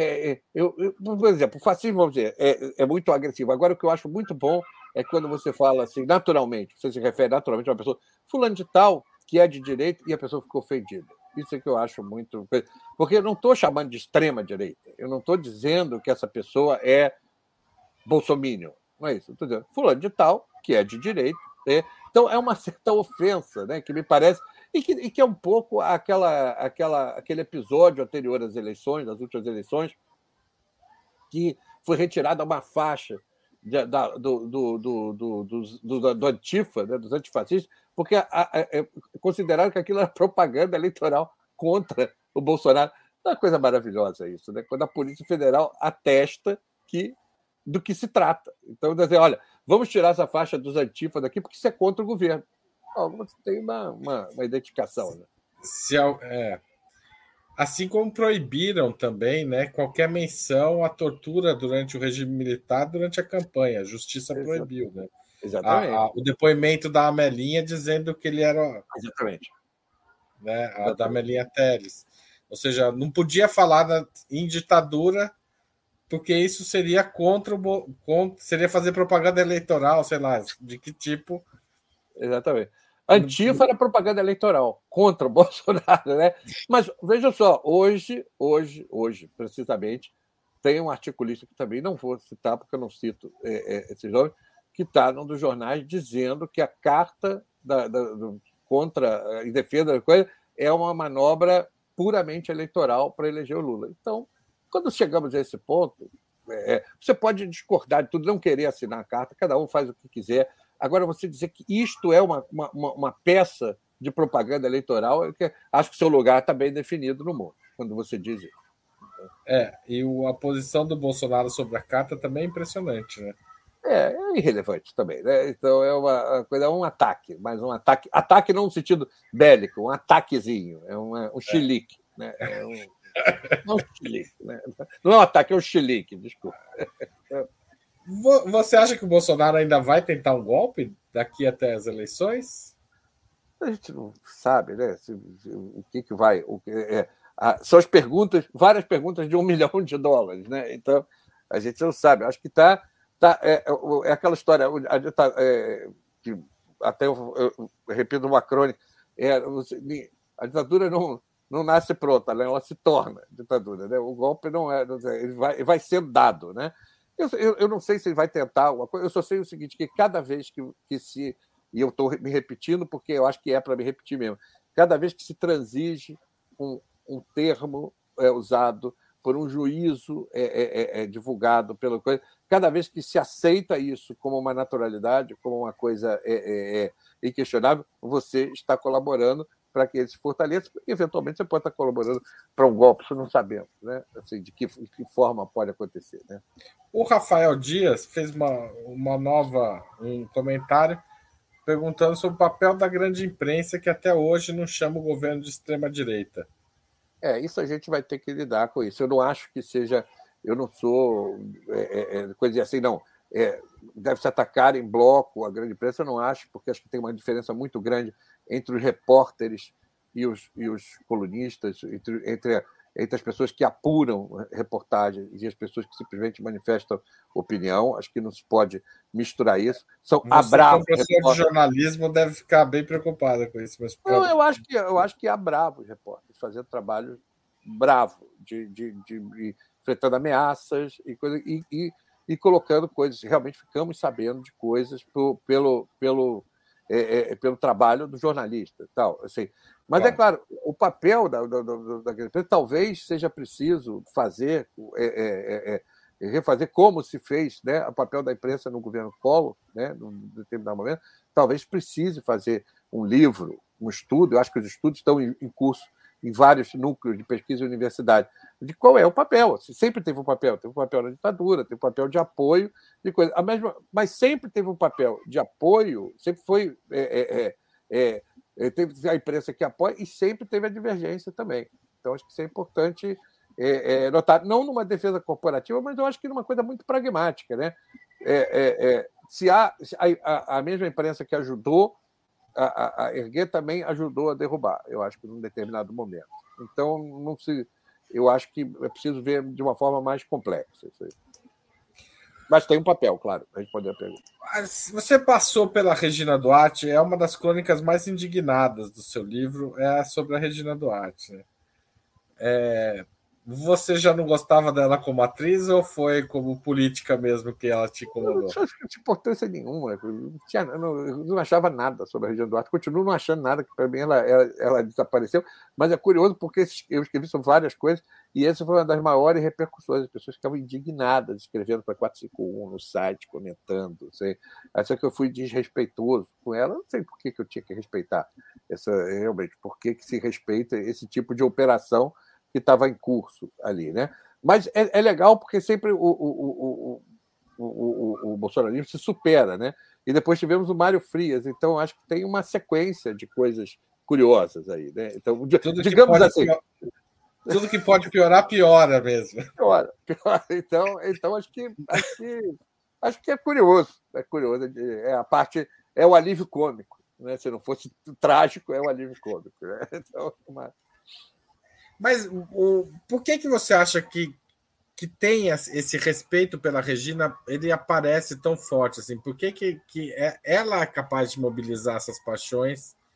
Por exemplo, o fascismo, vamos dizer, é muito agressivo. Agora, o que eu acho muito bom é quando você fala assim, naturalmente, você se refere naturalmente a uma pessoa, fulano de tal, que é de direita, e a pessoa ficou ofendida. Isso é que eu acho muito. Porque eu não estou chamando de extrema-direita. Eu não estou dizendo que essa pessoa é bolsominion. Não é isso. Eu estou dizendo, fulano de tal, que é de direita. Então, é uma certa ofensa, né, que me parece, e que é um pouco aquele episódio anterior às eleições, das últimas eleições, que foi retirada uma faixa do Antifa, né, dos antifascistas, porque consideraram que aquilo era propaganda eleitoral contra o Bolsonaro. É uma coisa maravilhosa isso, né? Quando a Polícia Federal atesta do que se trata. Então, dizer, olha, vamos tirar essa faixa dos Antifa daqui porque isso é contra o governo. Você tem uma identificação. Né? Assim como proibiram também, né, qualquer menção à tortura durante o regime militar, durante a campanha. A justiça proibiu. Né? Exatamente. O depoimento da Amelinha dizendo que ele era... Exatamente. Né, a da Amelinha Telles. Ou seja, não podia falar em ditadura porque isso seria seria fazer propaganda eleitoral, sei lá, de que tipo. Exatamente. Antifa era propaganda eleitoral contra o Bolsonaro, né? Mas veja só, hoje, precisamente, tem um articulista que também não vou citar, porque eu não cito esses nomes, que está num dos jornais dizendo que a carta contra em defesa da coisa é uma manobra puramente eleitoral para eleger o Lula. Então, quando chegamos a esse ponto, você pode discordar de tudo, não querer assinar a carta, cada um faz o que quiser. Agora, você dizer que isto é uma peça de propaganda eleitoral, acho que o seu lugar está bem definido no mundo, quando você diz isso. E a posição do Bolsonaro sobre a carta também é impressionante, né? É irrelevante também, né? Então é uma coisa, um ataque, mas um ataque não no sentido bélico, um ataquezinho, um chilique, né? Não um chilique, né? Não é um ataque, é um chilique, desculpa. Você acha que o Bolsonaro ainda vai tentar um golpe daqui até as eleições? A gente não sabe, né? O que vai. São as perguntas, várias perguntas de $1 milhão, né? Então a gente não sabe. Acho que está. É aquela história, que até eu repito uma crônica, a ditadura não nasce pronta, né? Ela se torna ditadura. Né? O golpe não é, ele vai sendo dado. Né? Eu não sei se ele vai tentar alguma coisa, eu só sei o seguinte, que cada vez que se... E eu estou me repetindo porque eu acho que é para me repetir mesmo. Cada vez que se transige um termo usado por um juízo divulgado pela coisa, cada vez que se aceita isso como uma naturalidade, como uma coisa inquestionável, você está colaborando para que ele se fortaleça, porque eventualmente você pode estar colaborando para um golpe, isso não sabemos, né? Assim, de que forma pode acontecer. Né? O Rafael Dias fez um comentário perguntando sobre o papel da grande imprensa, que até hoje não chama o governo de extrema-direita. Isso a gente vai ter que lidar com isso. Eu não acho que seja... Eu não sou coisa assim, não. Deve-se atacar em bloco a grande imprensa, eu não acho, porque acho que tem uma diferença muito grande entre os repórteres e os colunistas, entre as pessoas que apuram reportagens e as pessoas que simplesmente manifestam opinião. Acho que não se pode misturar isso. São bravos. O professor de jornalismo deve ficar bem preocupado com isso. Mas não, eu acho que há bravos repórteres fazendo trabalho bravo, de enfrentando ameaças e colocando coisas. Realmente ficamos sabendo de coisas pelo trabalho do jornalista. Tal, assim. Mas, é claro, o papel da imprensa talvez seja preciso fazer, refazer como se fez, né, o papel da imprensa no governo Collor, né, num determinado momento. Talvez precise fazer um livro, um estudo. Eu acho que os estudos estão em curso em vários núcleos de pesquisa e universidade, de qual é o papel. Sempre teve um papel na ditadura, teve um papel de apoio, de coisa. Mas sempre teve um papel de apoio, sempre foi. Teve a imprensa que apoia e sempre teve a divergência também. Então, acho que isso é importante notar, não numa defesa corporativa, mas eu acho que numa coisa muito pragmática. Né? Se a mesma imprensa que ajudou a erguer também ajudou a derrubar, eu acho que num determinado momento. Então, eu acho que é preciso ver de uma forma mais complexa isso aí. Mas tem um papel, claro, a gente pode perguntar. Você passou pela Regina Duarte, é uma das crônicas mais indignadas do seu livro, é sobre a Regina Duarte. Né? Você já não gostava dela como atriz ou foi como política mesmo que ela te incomodou? Não tinha importância nenhuma. Eu não achava nada sobre a Regina Duarte. Continuo não achando nada, que para mim ela desapareceu. Mas é curioso porque eu escrevi sobre várias coisas e essa foi uma das maiores repercussões. As pessoas ficavam indignadas, escrevendo para 451 no site, comentando. Acho que eu fui desrespeitoso com ela. Não sei por que eu tinha que respeitar. Realmente, por que se respeita esse tipo de operação que estava em curso ali, né? Mas é legal porque sempre o bolsonarismo se supera, né? E depois tivemos o Mário Frias, então acho que tem uma sequência de coisas curiosas aí, né? Então, digamos assim, tudo que pode piorar, piora mesmo. Piora. Então acho que é curioso, a parte é o alívio cômico, né? Se não fosse trágico, é o alívio cômico, né? Então, Mas por que você acha que tem esse respeito pela Regina, ele aparece tão forte assim? Por que ela é capaz de mobilizar essas paixões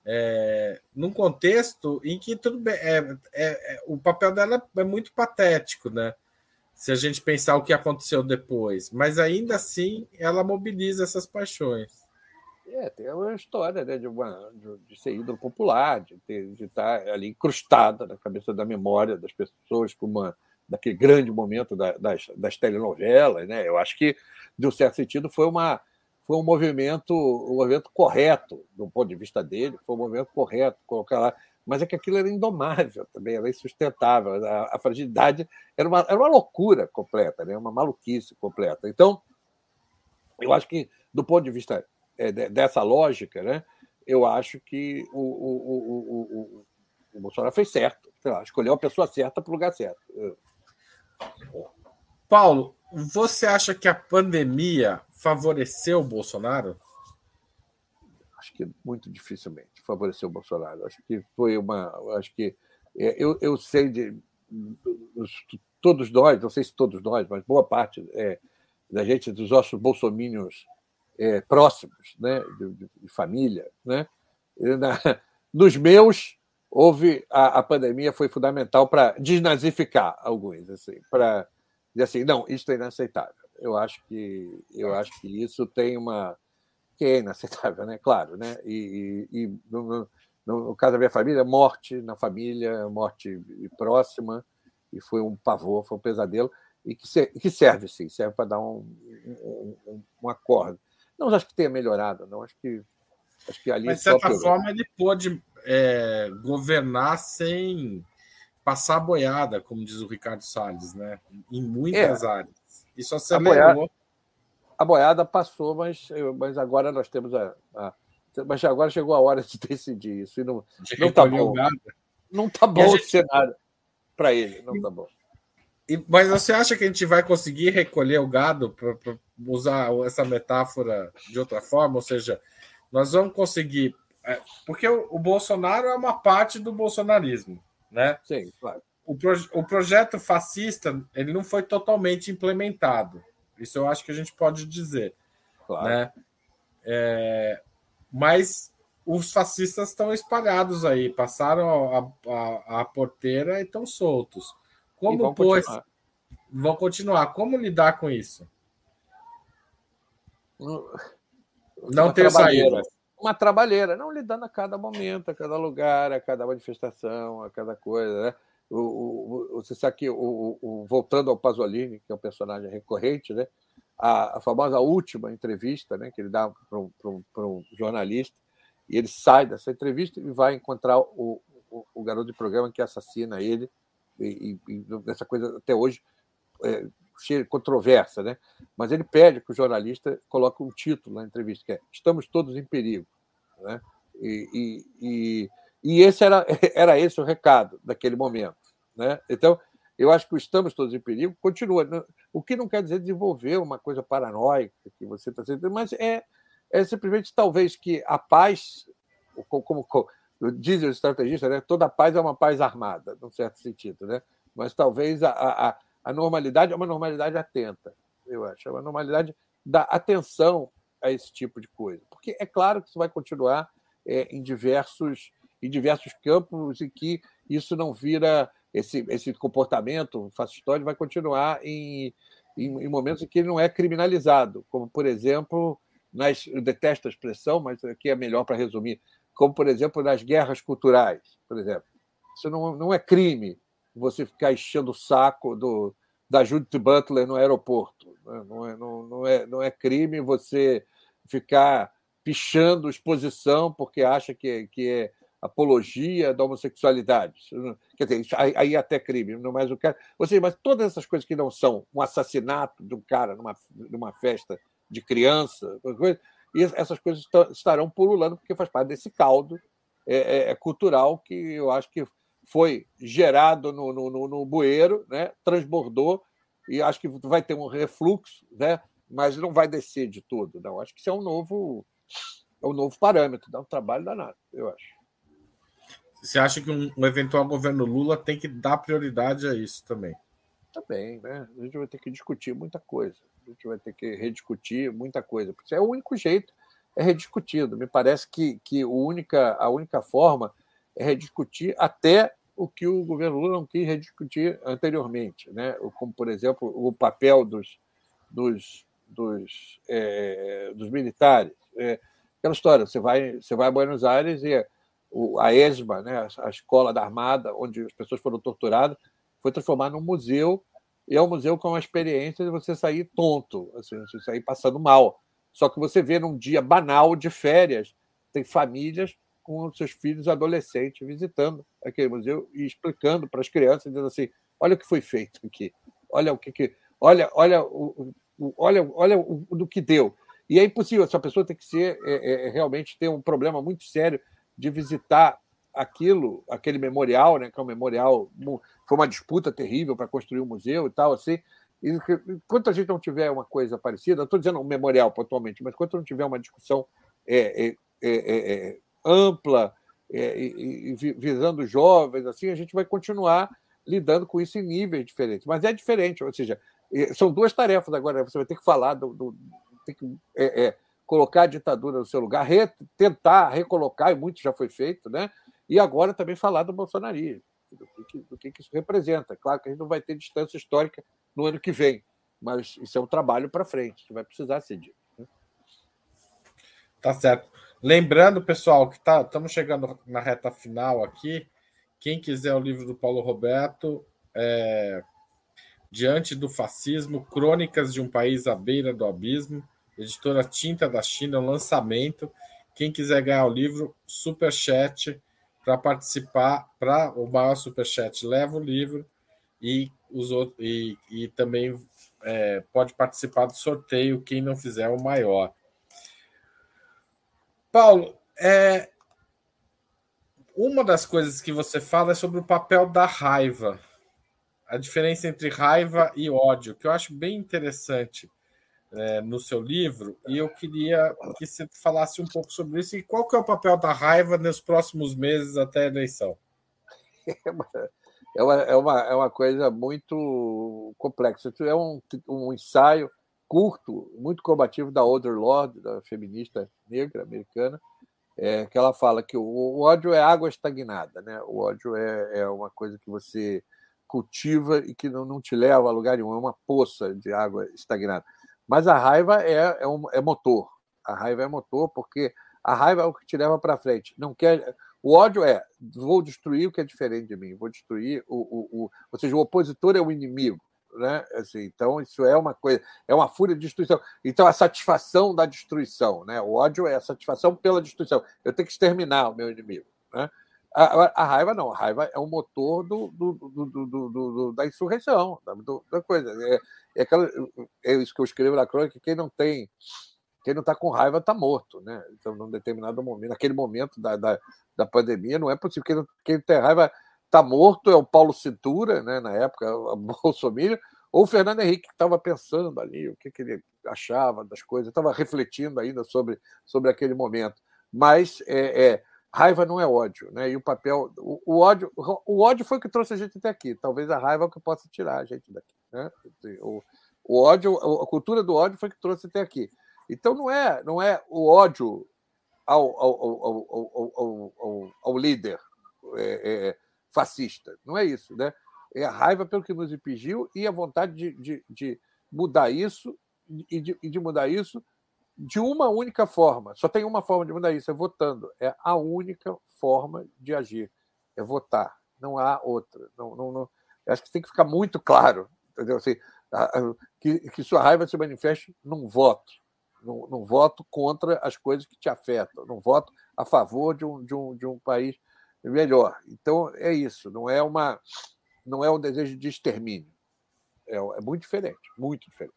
num contexto em que tudo bem, o papel dela é muito patético, né? Se a gente pensar o que aconteceu depois, mas ainda assim ela mobiliza essas paixões. Tem uma história, né, de ser ídolo popular, de estar ali incrustada na cabeça da memória das pessoas, daquele grande momento das telenovelas, né? Eu acho que, de um certo sentido, foi um movimento correto, do ponto de vista dele, foi um movimento correto colocar lá. Mas é que aquilo era indomável também, era insustentável. A fragilidade era uma loucura completa, né? Uma maluquice completa. Então, eu acho que, do ponto de vista dessa lógica, né, eu acho que o Bolsonaro fez certo. Escolheu a pessoa certa para o lugar certo. Paulo, você acha que a pandemia favoreceu o Bolsonaro? Acho que muito dificilmente favoreceu o Bolsonaro. Acho que foi acho que eu sei todos nós, não sei se todos nós, mas boa parte da gente, dos nossos bolsomínios próximos, né, de família, né, nos meus a pandemia foi fundamental para desnazificar alguns, assim, para dizer assim, não, isso é inaceitável. Eu acho que isso tem que é inaceitável, né? Claro, né? E no caso da minha família, morte na família, morte próxima, e foi um pavor, foi um pesadelo, e que serve, sim, serve para dar um acorde. Não acho que tenha melhorado, não. Acho que ali. Mas, de certa forma, ele pôde governar sem passar a boiada, como diz o Ricardo Salles, né? Em muitas áreas. Isso acelerou. A boiada passou, mas agora nós temos mas agora chegou a hora de decidir isso. E não está bom. Não está bom o cenário para ele. Não está bom. Mas você acha que a gente vai conseguir recolher o gado, para usar essa metáfora de outra forma? Ou seja, nós vamos conseguir. Porque o Bolsonaro é uma parte do bolsonarismo, né? Sim, claro. O projeto fascista ele não foi totalmente implementado. Isso eu acho que a gente pode dizer. Claro. Né? Mas os fascistas estão espalhados aí, passaram a porteira e estão soltos. Vão continuar. Como lidar com isso? Não ter saída. Uma trabalheira, não lidando a cada momento, a cada lugar, a cada manifestação, a cada coisa, né? Você sabe que, voltando ao Pasolini, que é um personagem recorrente, né? A famosa última entrevista, né, que ele dá para um jornalista, e ele sai dessa entrevista e vai encontrar o garoto de programa que assassina ele, e essa coisa até hoje cheia de controvérsia, né? Mas ele pede que o jornalista coloque um título na entrevista, que é "Estamos todos em perigo", né? E esse era esse o recado daquele momento, né? Então, eu acho que o "estamos todos em perigo" continua, o que não quer dizer desenvolver uma coisa paranoica que você está sentindo, mas é simplesmente talvez que a paz, como dizem os estrategistas, né? Toda paz é uma paz armada, num certo sentido, né? Mas talvez a normalidade é uma normalidade atenta, eu acho. É uma normalidade da atenção a esse tipo de coisa. Porque é claro que isso vai continuar em diversos campos e que isso não vira... Esse comportamento fascistóide vai continuar em momentos em que ele não é criminalizado, como, por exemplo, eu detesto a expressão, mas aqui é melhor para resumir, como, por exemplo, nas guerras culturais, por exemplo. Isso não é crime, você ficar enchendo o saco da Judith Butler no aeroporto. Não é crime você ficar pichando exposição porque acha que é apologia da homossexualidade. Quer dizer, aí até é crime, não mais o cara. Ou seja, mas todas essas coisas que não são um assassinato de um cara numa festa de criança, e essas coisas estarão pululando porque faz parte desse caldo cultural que eu acho que foi gerado no bueiro, né? Transbordou, e acho que vai ter um refluxo, né? Mas não vai descer de tudo. Não. Acho que isso é um novo parâmetro, dá um trabalho danado, eu acho. Você acha que um eventual governo Lula tem que dar prioridade a isso também? Também, né? A gente vai ter que discutir muita coisa. A gente vai ter que rediscutir muita coisa. Porque é o único jeito. é rediscutido. Me parece que a única forma é rediscutir até o que o governo Lula não quis rediscutir anteriormente, né? Como, por exemplo, o papel dos militares. Aquela história, você vai a Buenos Aires e a ESMA, né, a escola da Armada, onde as pessoas foram torturadas, foi transformada num museu, e é um museu com uma experiência de você sair tonto, assim, você sair passando mal. Só que você vê num dia banal de férias, tem famílias com seus filhos adolescentes visitando aquele museu e explicando para as crianças, dizendo assim: olha o que foi feito aqui, olha o que olha do que deu. E é impossível, essa pessoa tem que ser realmente ter um problema muito sério de visitar aquele memorial, né, que é um memorial, foi uma disputa terrível para construir um museu e tal, assim. E enquanto a gente não tiver uma coisa parecida, não estou dizendo um memorial pontualmente, mas enquanto não tiver uma discussão ampla e visando jovens, assim, a gente vai continuar lidando com isso em níveis diferentes. Mas é diferente, ou seja, são duas tarefas agora. Você vai ter que falar tem que colocar a ditadura no seu lugar, tentar recolocar, e muito já foi feito, né? E agora também falar do bolsonarismo, do que isso representa. Claro que a gente não vai ter distância histórica no ano que vem, mas isso é um trabalho para frente, que vai precisar ser dito. Né? Tá certo. Lembrando, pessoal, que estamos chegando na reta final aqui. Quem quiser o livro do Paulo Roberto, Diante do Fascismo, Crônicas de um País à Beira do Abismo, editora Tinta da China, um lançamento. Quem quiser ganhar o livro, superchat para participar, para o maior superchat leva o livro e também pode participar do sorteio quem não fizer o maior. Paulo, uma das coisas que você fala é sobre o papel da raiva, a diferença entre raiva e ódio, que eu acho bem interessante no seu livro, e eu queria que você falasse um pouco sobre isso e qual que é o papel da raiva nos próximos meses até a eleição. É uma coisa muito complexa. Isso é um ensaio curto, muito combativo da Audre Lorde, da feminista negra americana, que ela fala que o ódio é água estagnada, né? O ódio é uma coisa que você cultiva e que não te leva a lugar nenhum, é uma poça de água estagnada. Mas a raiva é motor. A raiva é motor porque a raiva é o que te leva para frente. Não quer. O ódio vou destruir o que é diferente de mim, vou destruir ou seja, o opositor é o inimigo, né? Assim, então isso é uma coisa, é uma fúria de destruição. Então a satisfação da destruição, né? O ódio é a satisfação pela destruição. Eu tenho que exterminar o meu inimigo, né? A raiva não, a raiva é o motor da insurreição, da coisa. É isso que eu escrevo na crônica: quem não está com raiva está morto, né? Então, num determinado momento, naquele momento da pandemia, não é possível. Quem tem raiva está morto, é o Paulo Cintura, né? Na época, o Bolsonaro, ou o Fernando Henrique, que estava pensando ali o que ele achava das coisas, estava refletindo ainda sobre aquele momento. Mas raiva não é ódio, né? E o papel, o ódio foi o que trouxe a gente até aqui. Talvez a raiva é o que possa tirar a gente daqui, né? O ódio, a cultura do ódio foi o que trouxe até aqui. Então não é o ódio ao líder fascista, não é isso, né? É a raiva pelo que nos impingiu e a vontade de mudar isso e de mudar isso de uma única forma. Só tem uma forma de mudar isso, é votando. É a única forma de agir, é votar. Não há outra. Não, acho que tem que ficar muito claro, entendeu? Assim, que sua raiva se manifeste num voto. Num voto contra as coisas que te afetam, num voto a favor de um país melhor. Então, é isso. Não é um desejo de extermínio. É muito diferente, muito diferente.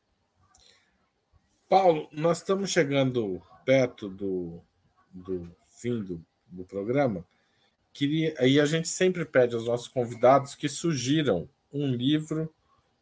Paulo, nós estamos chegando perto do fim do programa. E a gente sempre pede aos nossos convidados que sugiram um livro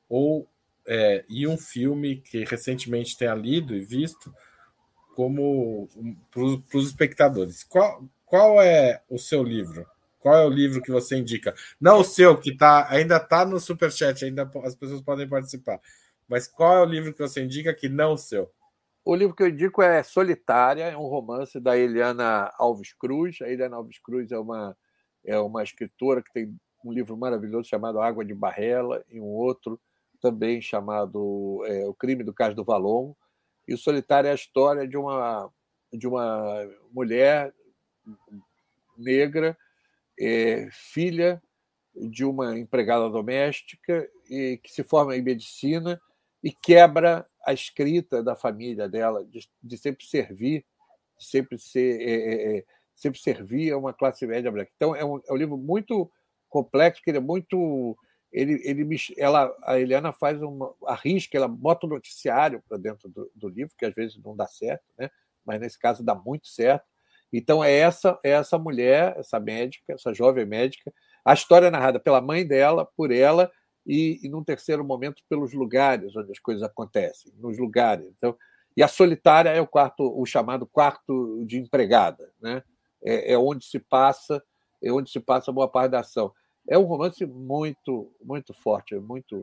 e um filme que recentemente tenha lido e visto como para os espectadores. Qual é o seu livro? Qual é o livro que você indica? Não o seu, que ainda está no Superchat, ainda as pessoas podem participar. Mas qual é o livro que você indica que não o seu? O livro que eu indico é Solitária, é um romance da Eliana Alves Cruz. A Eliana Alves Cruz é uma escritora que tem um livro maravilhoso chamado Água de Barrela e um outro também chamado O Crime do Cais do Valongo. E o Solitária é a história de uma mulher negra, filha de uma empregada doméstica e que se forma em medicina e quebra a escrita da família dela de sempre servir, sempre servir a uma classe média branca. Então é um livro muito complexo, que ele é muito a Eliana arrisca, ela bota o noticiário para dentro do livro, que às vezes não dá certo, né? Mas nesse caso dá muito certo. Então é essa mulher, essa médica, essa jovem médica. A história é narrada pela mãe dela, por ela, e num terceiro momento, pelos lugares onde as coisas acontecem, nos lugares. Então, e a Solitária é o chamado quarto de empregada, né? É onde se passa boa parte da ação. É um romance muito, muito forte, é muito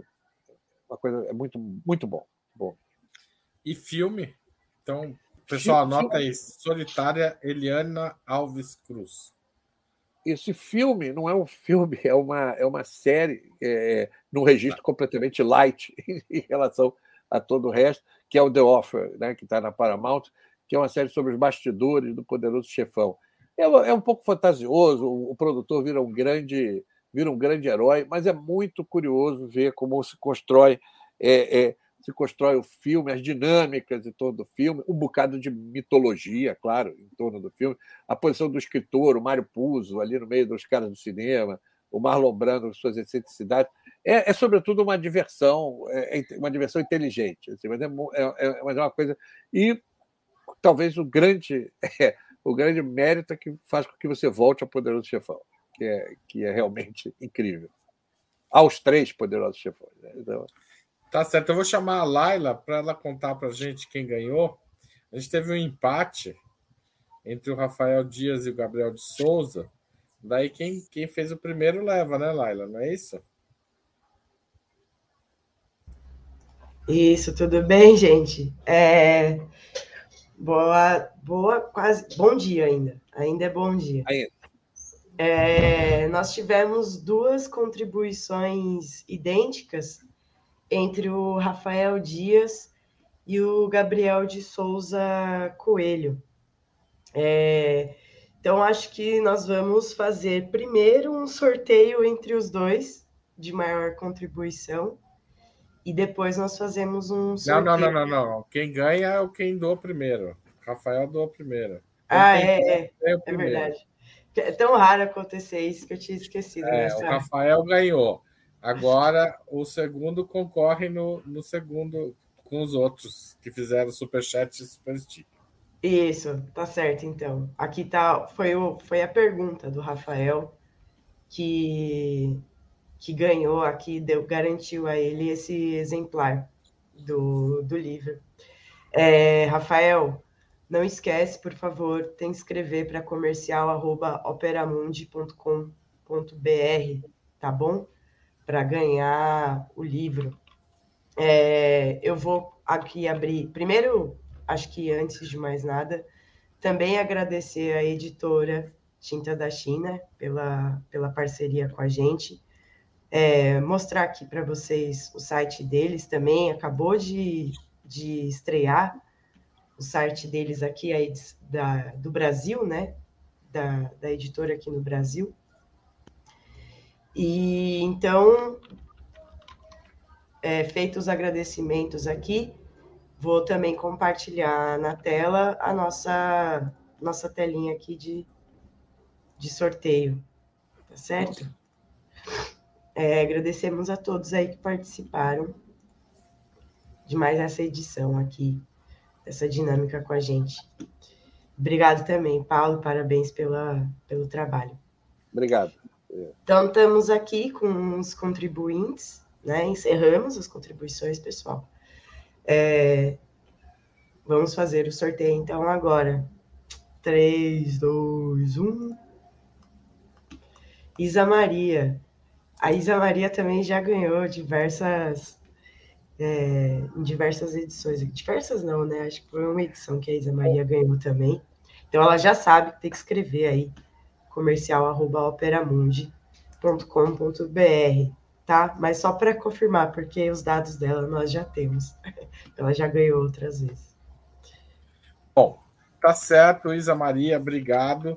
bom. E filme? Então, pessoal, anota aí. Solitária, Eliana Alves Cruz. Esse filme não é um filme, é uma série num registro completamente light em relação a todo o resto, que é o The Offer, né, que está na Paramount, que é uma série sobre os bastidores do Poderoso Chefão. É um pouco fantasioso, o produtor vira um grande herói, mas é muito curioso ver como se constrói o filme, as dinâmicas em torno do filme, um bocado de mitologia, claro, em torno do filme, a posição do escritor, o Mário Puzo, ali no meio dos caras do cinema, o Marlon Brando com suas excentricidades. É sobretudo, uma diversão inteligente, assim, mas é uma coisa... E talvez o grande mérito é que faz com que você volte ao Poderoso Chefão, que é realmente incrível. Aos 3 Poderosos Chefões. Né? Então... Tá certo, eu vou chamar a Laila para ela contar para a gente quem ganhou. A gente teve um empate entre o Rafael Dias e o Gabriel de Souza. Daí quem fez o primeiro leva, né, Laila? Não é isso? Isso, tudo bem, gente? Quase bom dia ainda. Ainda é bom dia. Nós tivemos 2 contribuições idênticas entre o Rafael Dias e o Gabriel de Souza Coelho. Então, acho que nós vamos fazer primeiro um sorteio entre os 2 de maior contribuição e depois nós fazemos um sorteio. Não. Quem ganha é quem doa primeiro. Rafael doa primeiro. É verdade. É tão raro acontecer isso que eu tinha esquecido. O Rafael ganhou. Agora, o segundo concorre no segundo com os outros que fizeram superchat e superstick. Isso, tá certo, então. Aqui foi a pergunta do Rafael que ganhou aqui, garantiu a ele esse exemplar do livro. Rafael, não esquece, por favor, tem que escrever para comercial@operamundi.com.br, tá bom? Para ganhar o livro. Eu vou aqui abrir... Primeiro, acho que antes de mais nada, também agradecer à editora Tinta da China pela parceria com a gente. Mostrar aqui para vocês o site deles também. Acabou de estrear o site deles aqui aí do Brasil, né? Da editora aqui no Brasil. E então, feitos os agradecimentos aqui, vou também compartilhar na tela a nossa telinha aqui de sorteio, tá certo? Agradecemos a todos aí que participaram de mais essa edição aqui, essa dinâmica com a gente. Obrigado também, Paulo, parabéns pelo trabalho. Obrigado. Então, estamos aqui com os contribuintes, né? Encerramos as contribuições, pessoal. Vamos fazer o sorteio, então, agora. 3, 2, 1. Isa Maria. A Isa Maria também já ganhou diversas em diversas edições. Diversas não, né? Acho que foi uma edição que a Isa Maria ganhou também. Então ela já sabe que tem que escrever aí, comercial@operamundi.com.br, tá? Mas só para confirmar, porque os dados dela nós já temos. Ela já ganhou outras vezes. Bom, tá certo, Isa Maria, obrigado.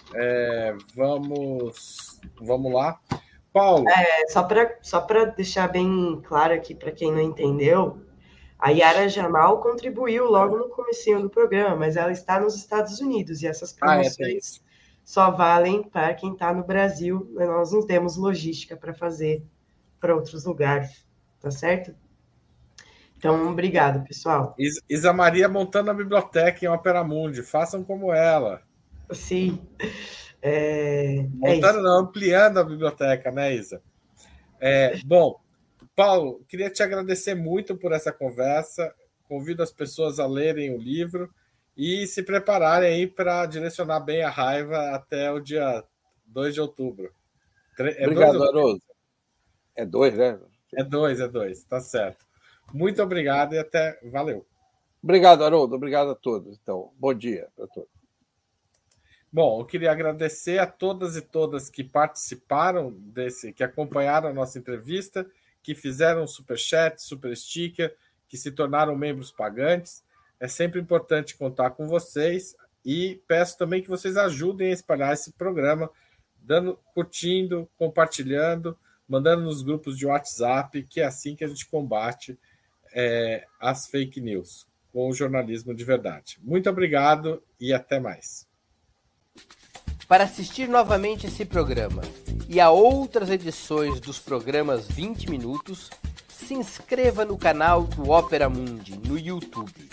Vamos lá. Paulo. Só para deixar bem claro aqui para quem não entendeu, a Yara Jamal contribuiu logo no comecinho do programa, mas ela está nos Estados Unidos e essas promoções só valem para quem está no Brasil. Nós não temos logística para fazer para outros lugares, tá certo? Então, obrigado, pessoal. Isa Maria montando a biblioteca em Operamundi, façam como ela. Sim. Montando, não, ampliando a biblioteca, né, Isa? Bom, Paulo, queria te agradecer muito por essa conversa. Convido as pessoas a lerem o livro e se prepararem aí para direcionar bem a raiva até o dia 2 de outubro. Obrigado, Haroldo. É 2, né? É 2, tá certo. Muito obrigado e até... Valeu. Obrigado, Haroldo. Obrigado a todos. Então, bom dia para todos. Bom, eu queria agradecer a todas e todas que participaram que acompanharam a nossa entrevista, que fizeram superchat, super sticker, que se tornaram membros pagantes. É sempre importante contar com vocês e peço também que vocês ajudem a espalhar esse programa, curtindo, compartilhando, mandando nos grupos de WhatsApp, que é assim que a gente combate as fake news com o jornalismo de verdade. Muito obrigado e até mais. Para assistir novamente esse programa e a outras edições dos programas 20 Minutos, se inscreva no canal do Opera Mundi no YouTube.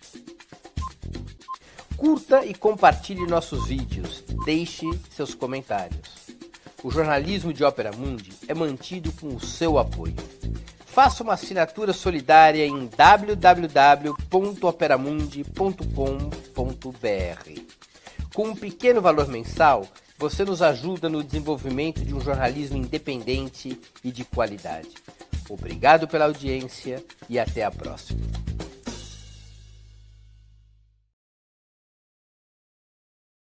Curta e compartilhe nossos vídeos, deixe seus comentários. O jornalismo de Opera Mundi é mantido com o seu apoio. Faça uma assinatura solidária em www.operamundi.com.br. Com um pequeno valor mensal, você nos ajuda no desenvolvimento de um jornalismo independente e de qualidade. Obrigado pela audiência e até a próxima.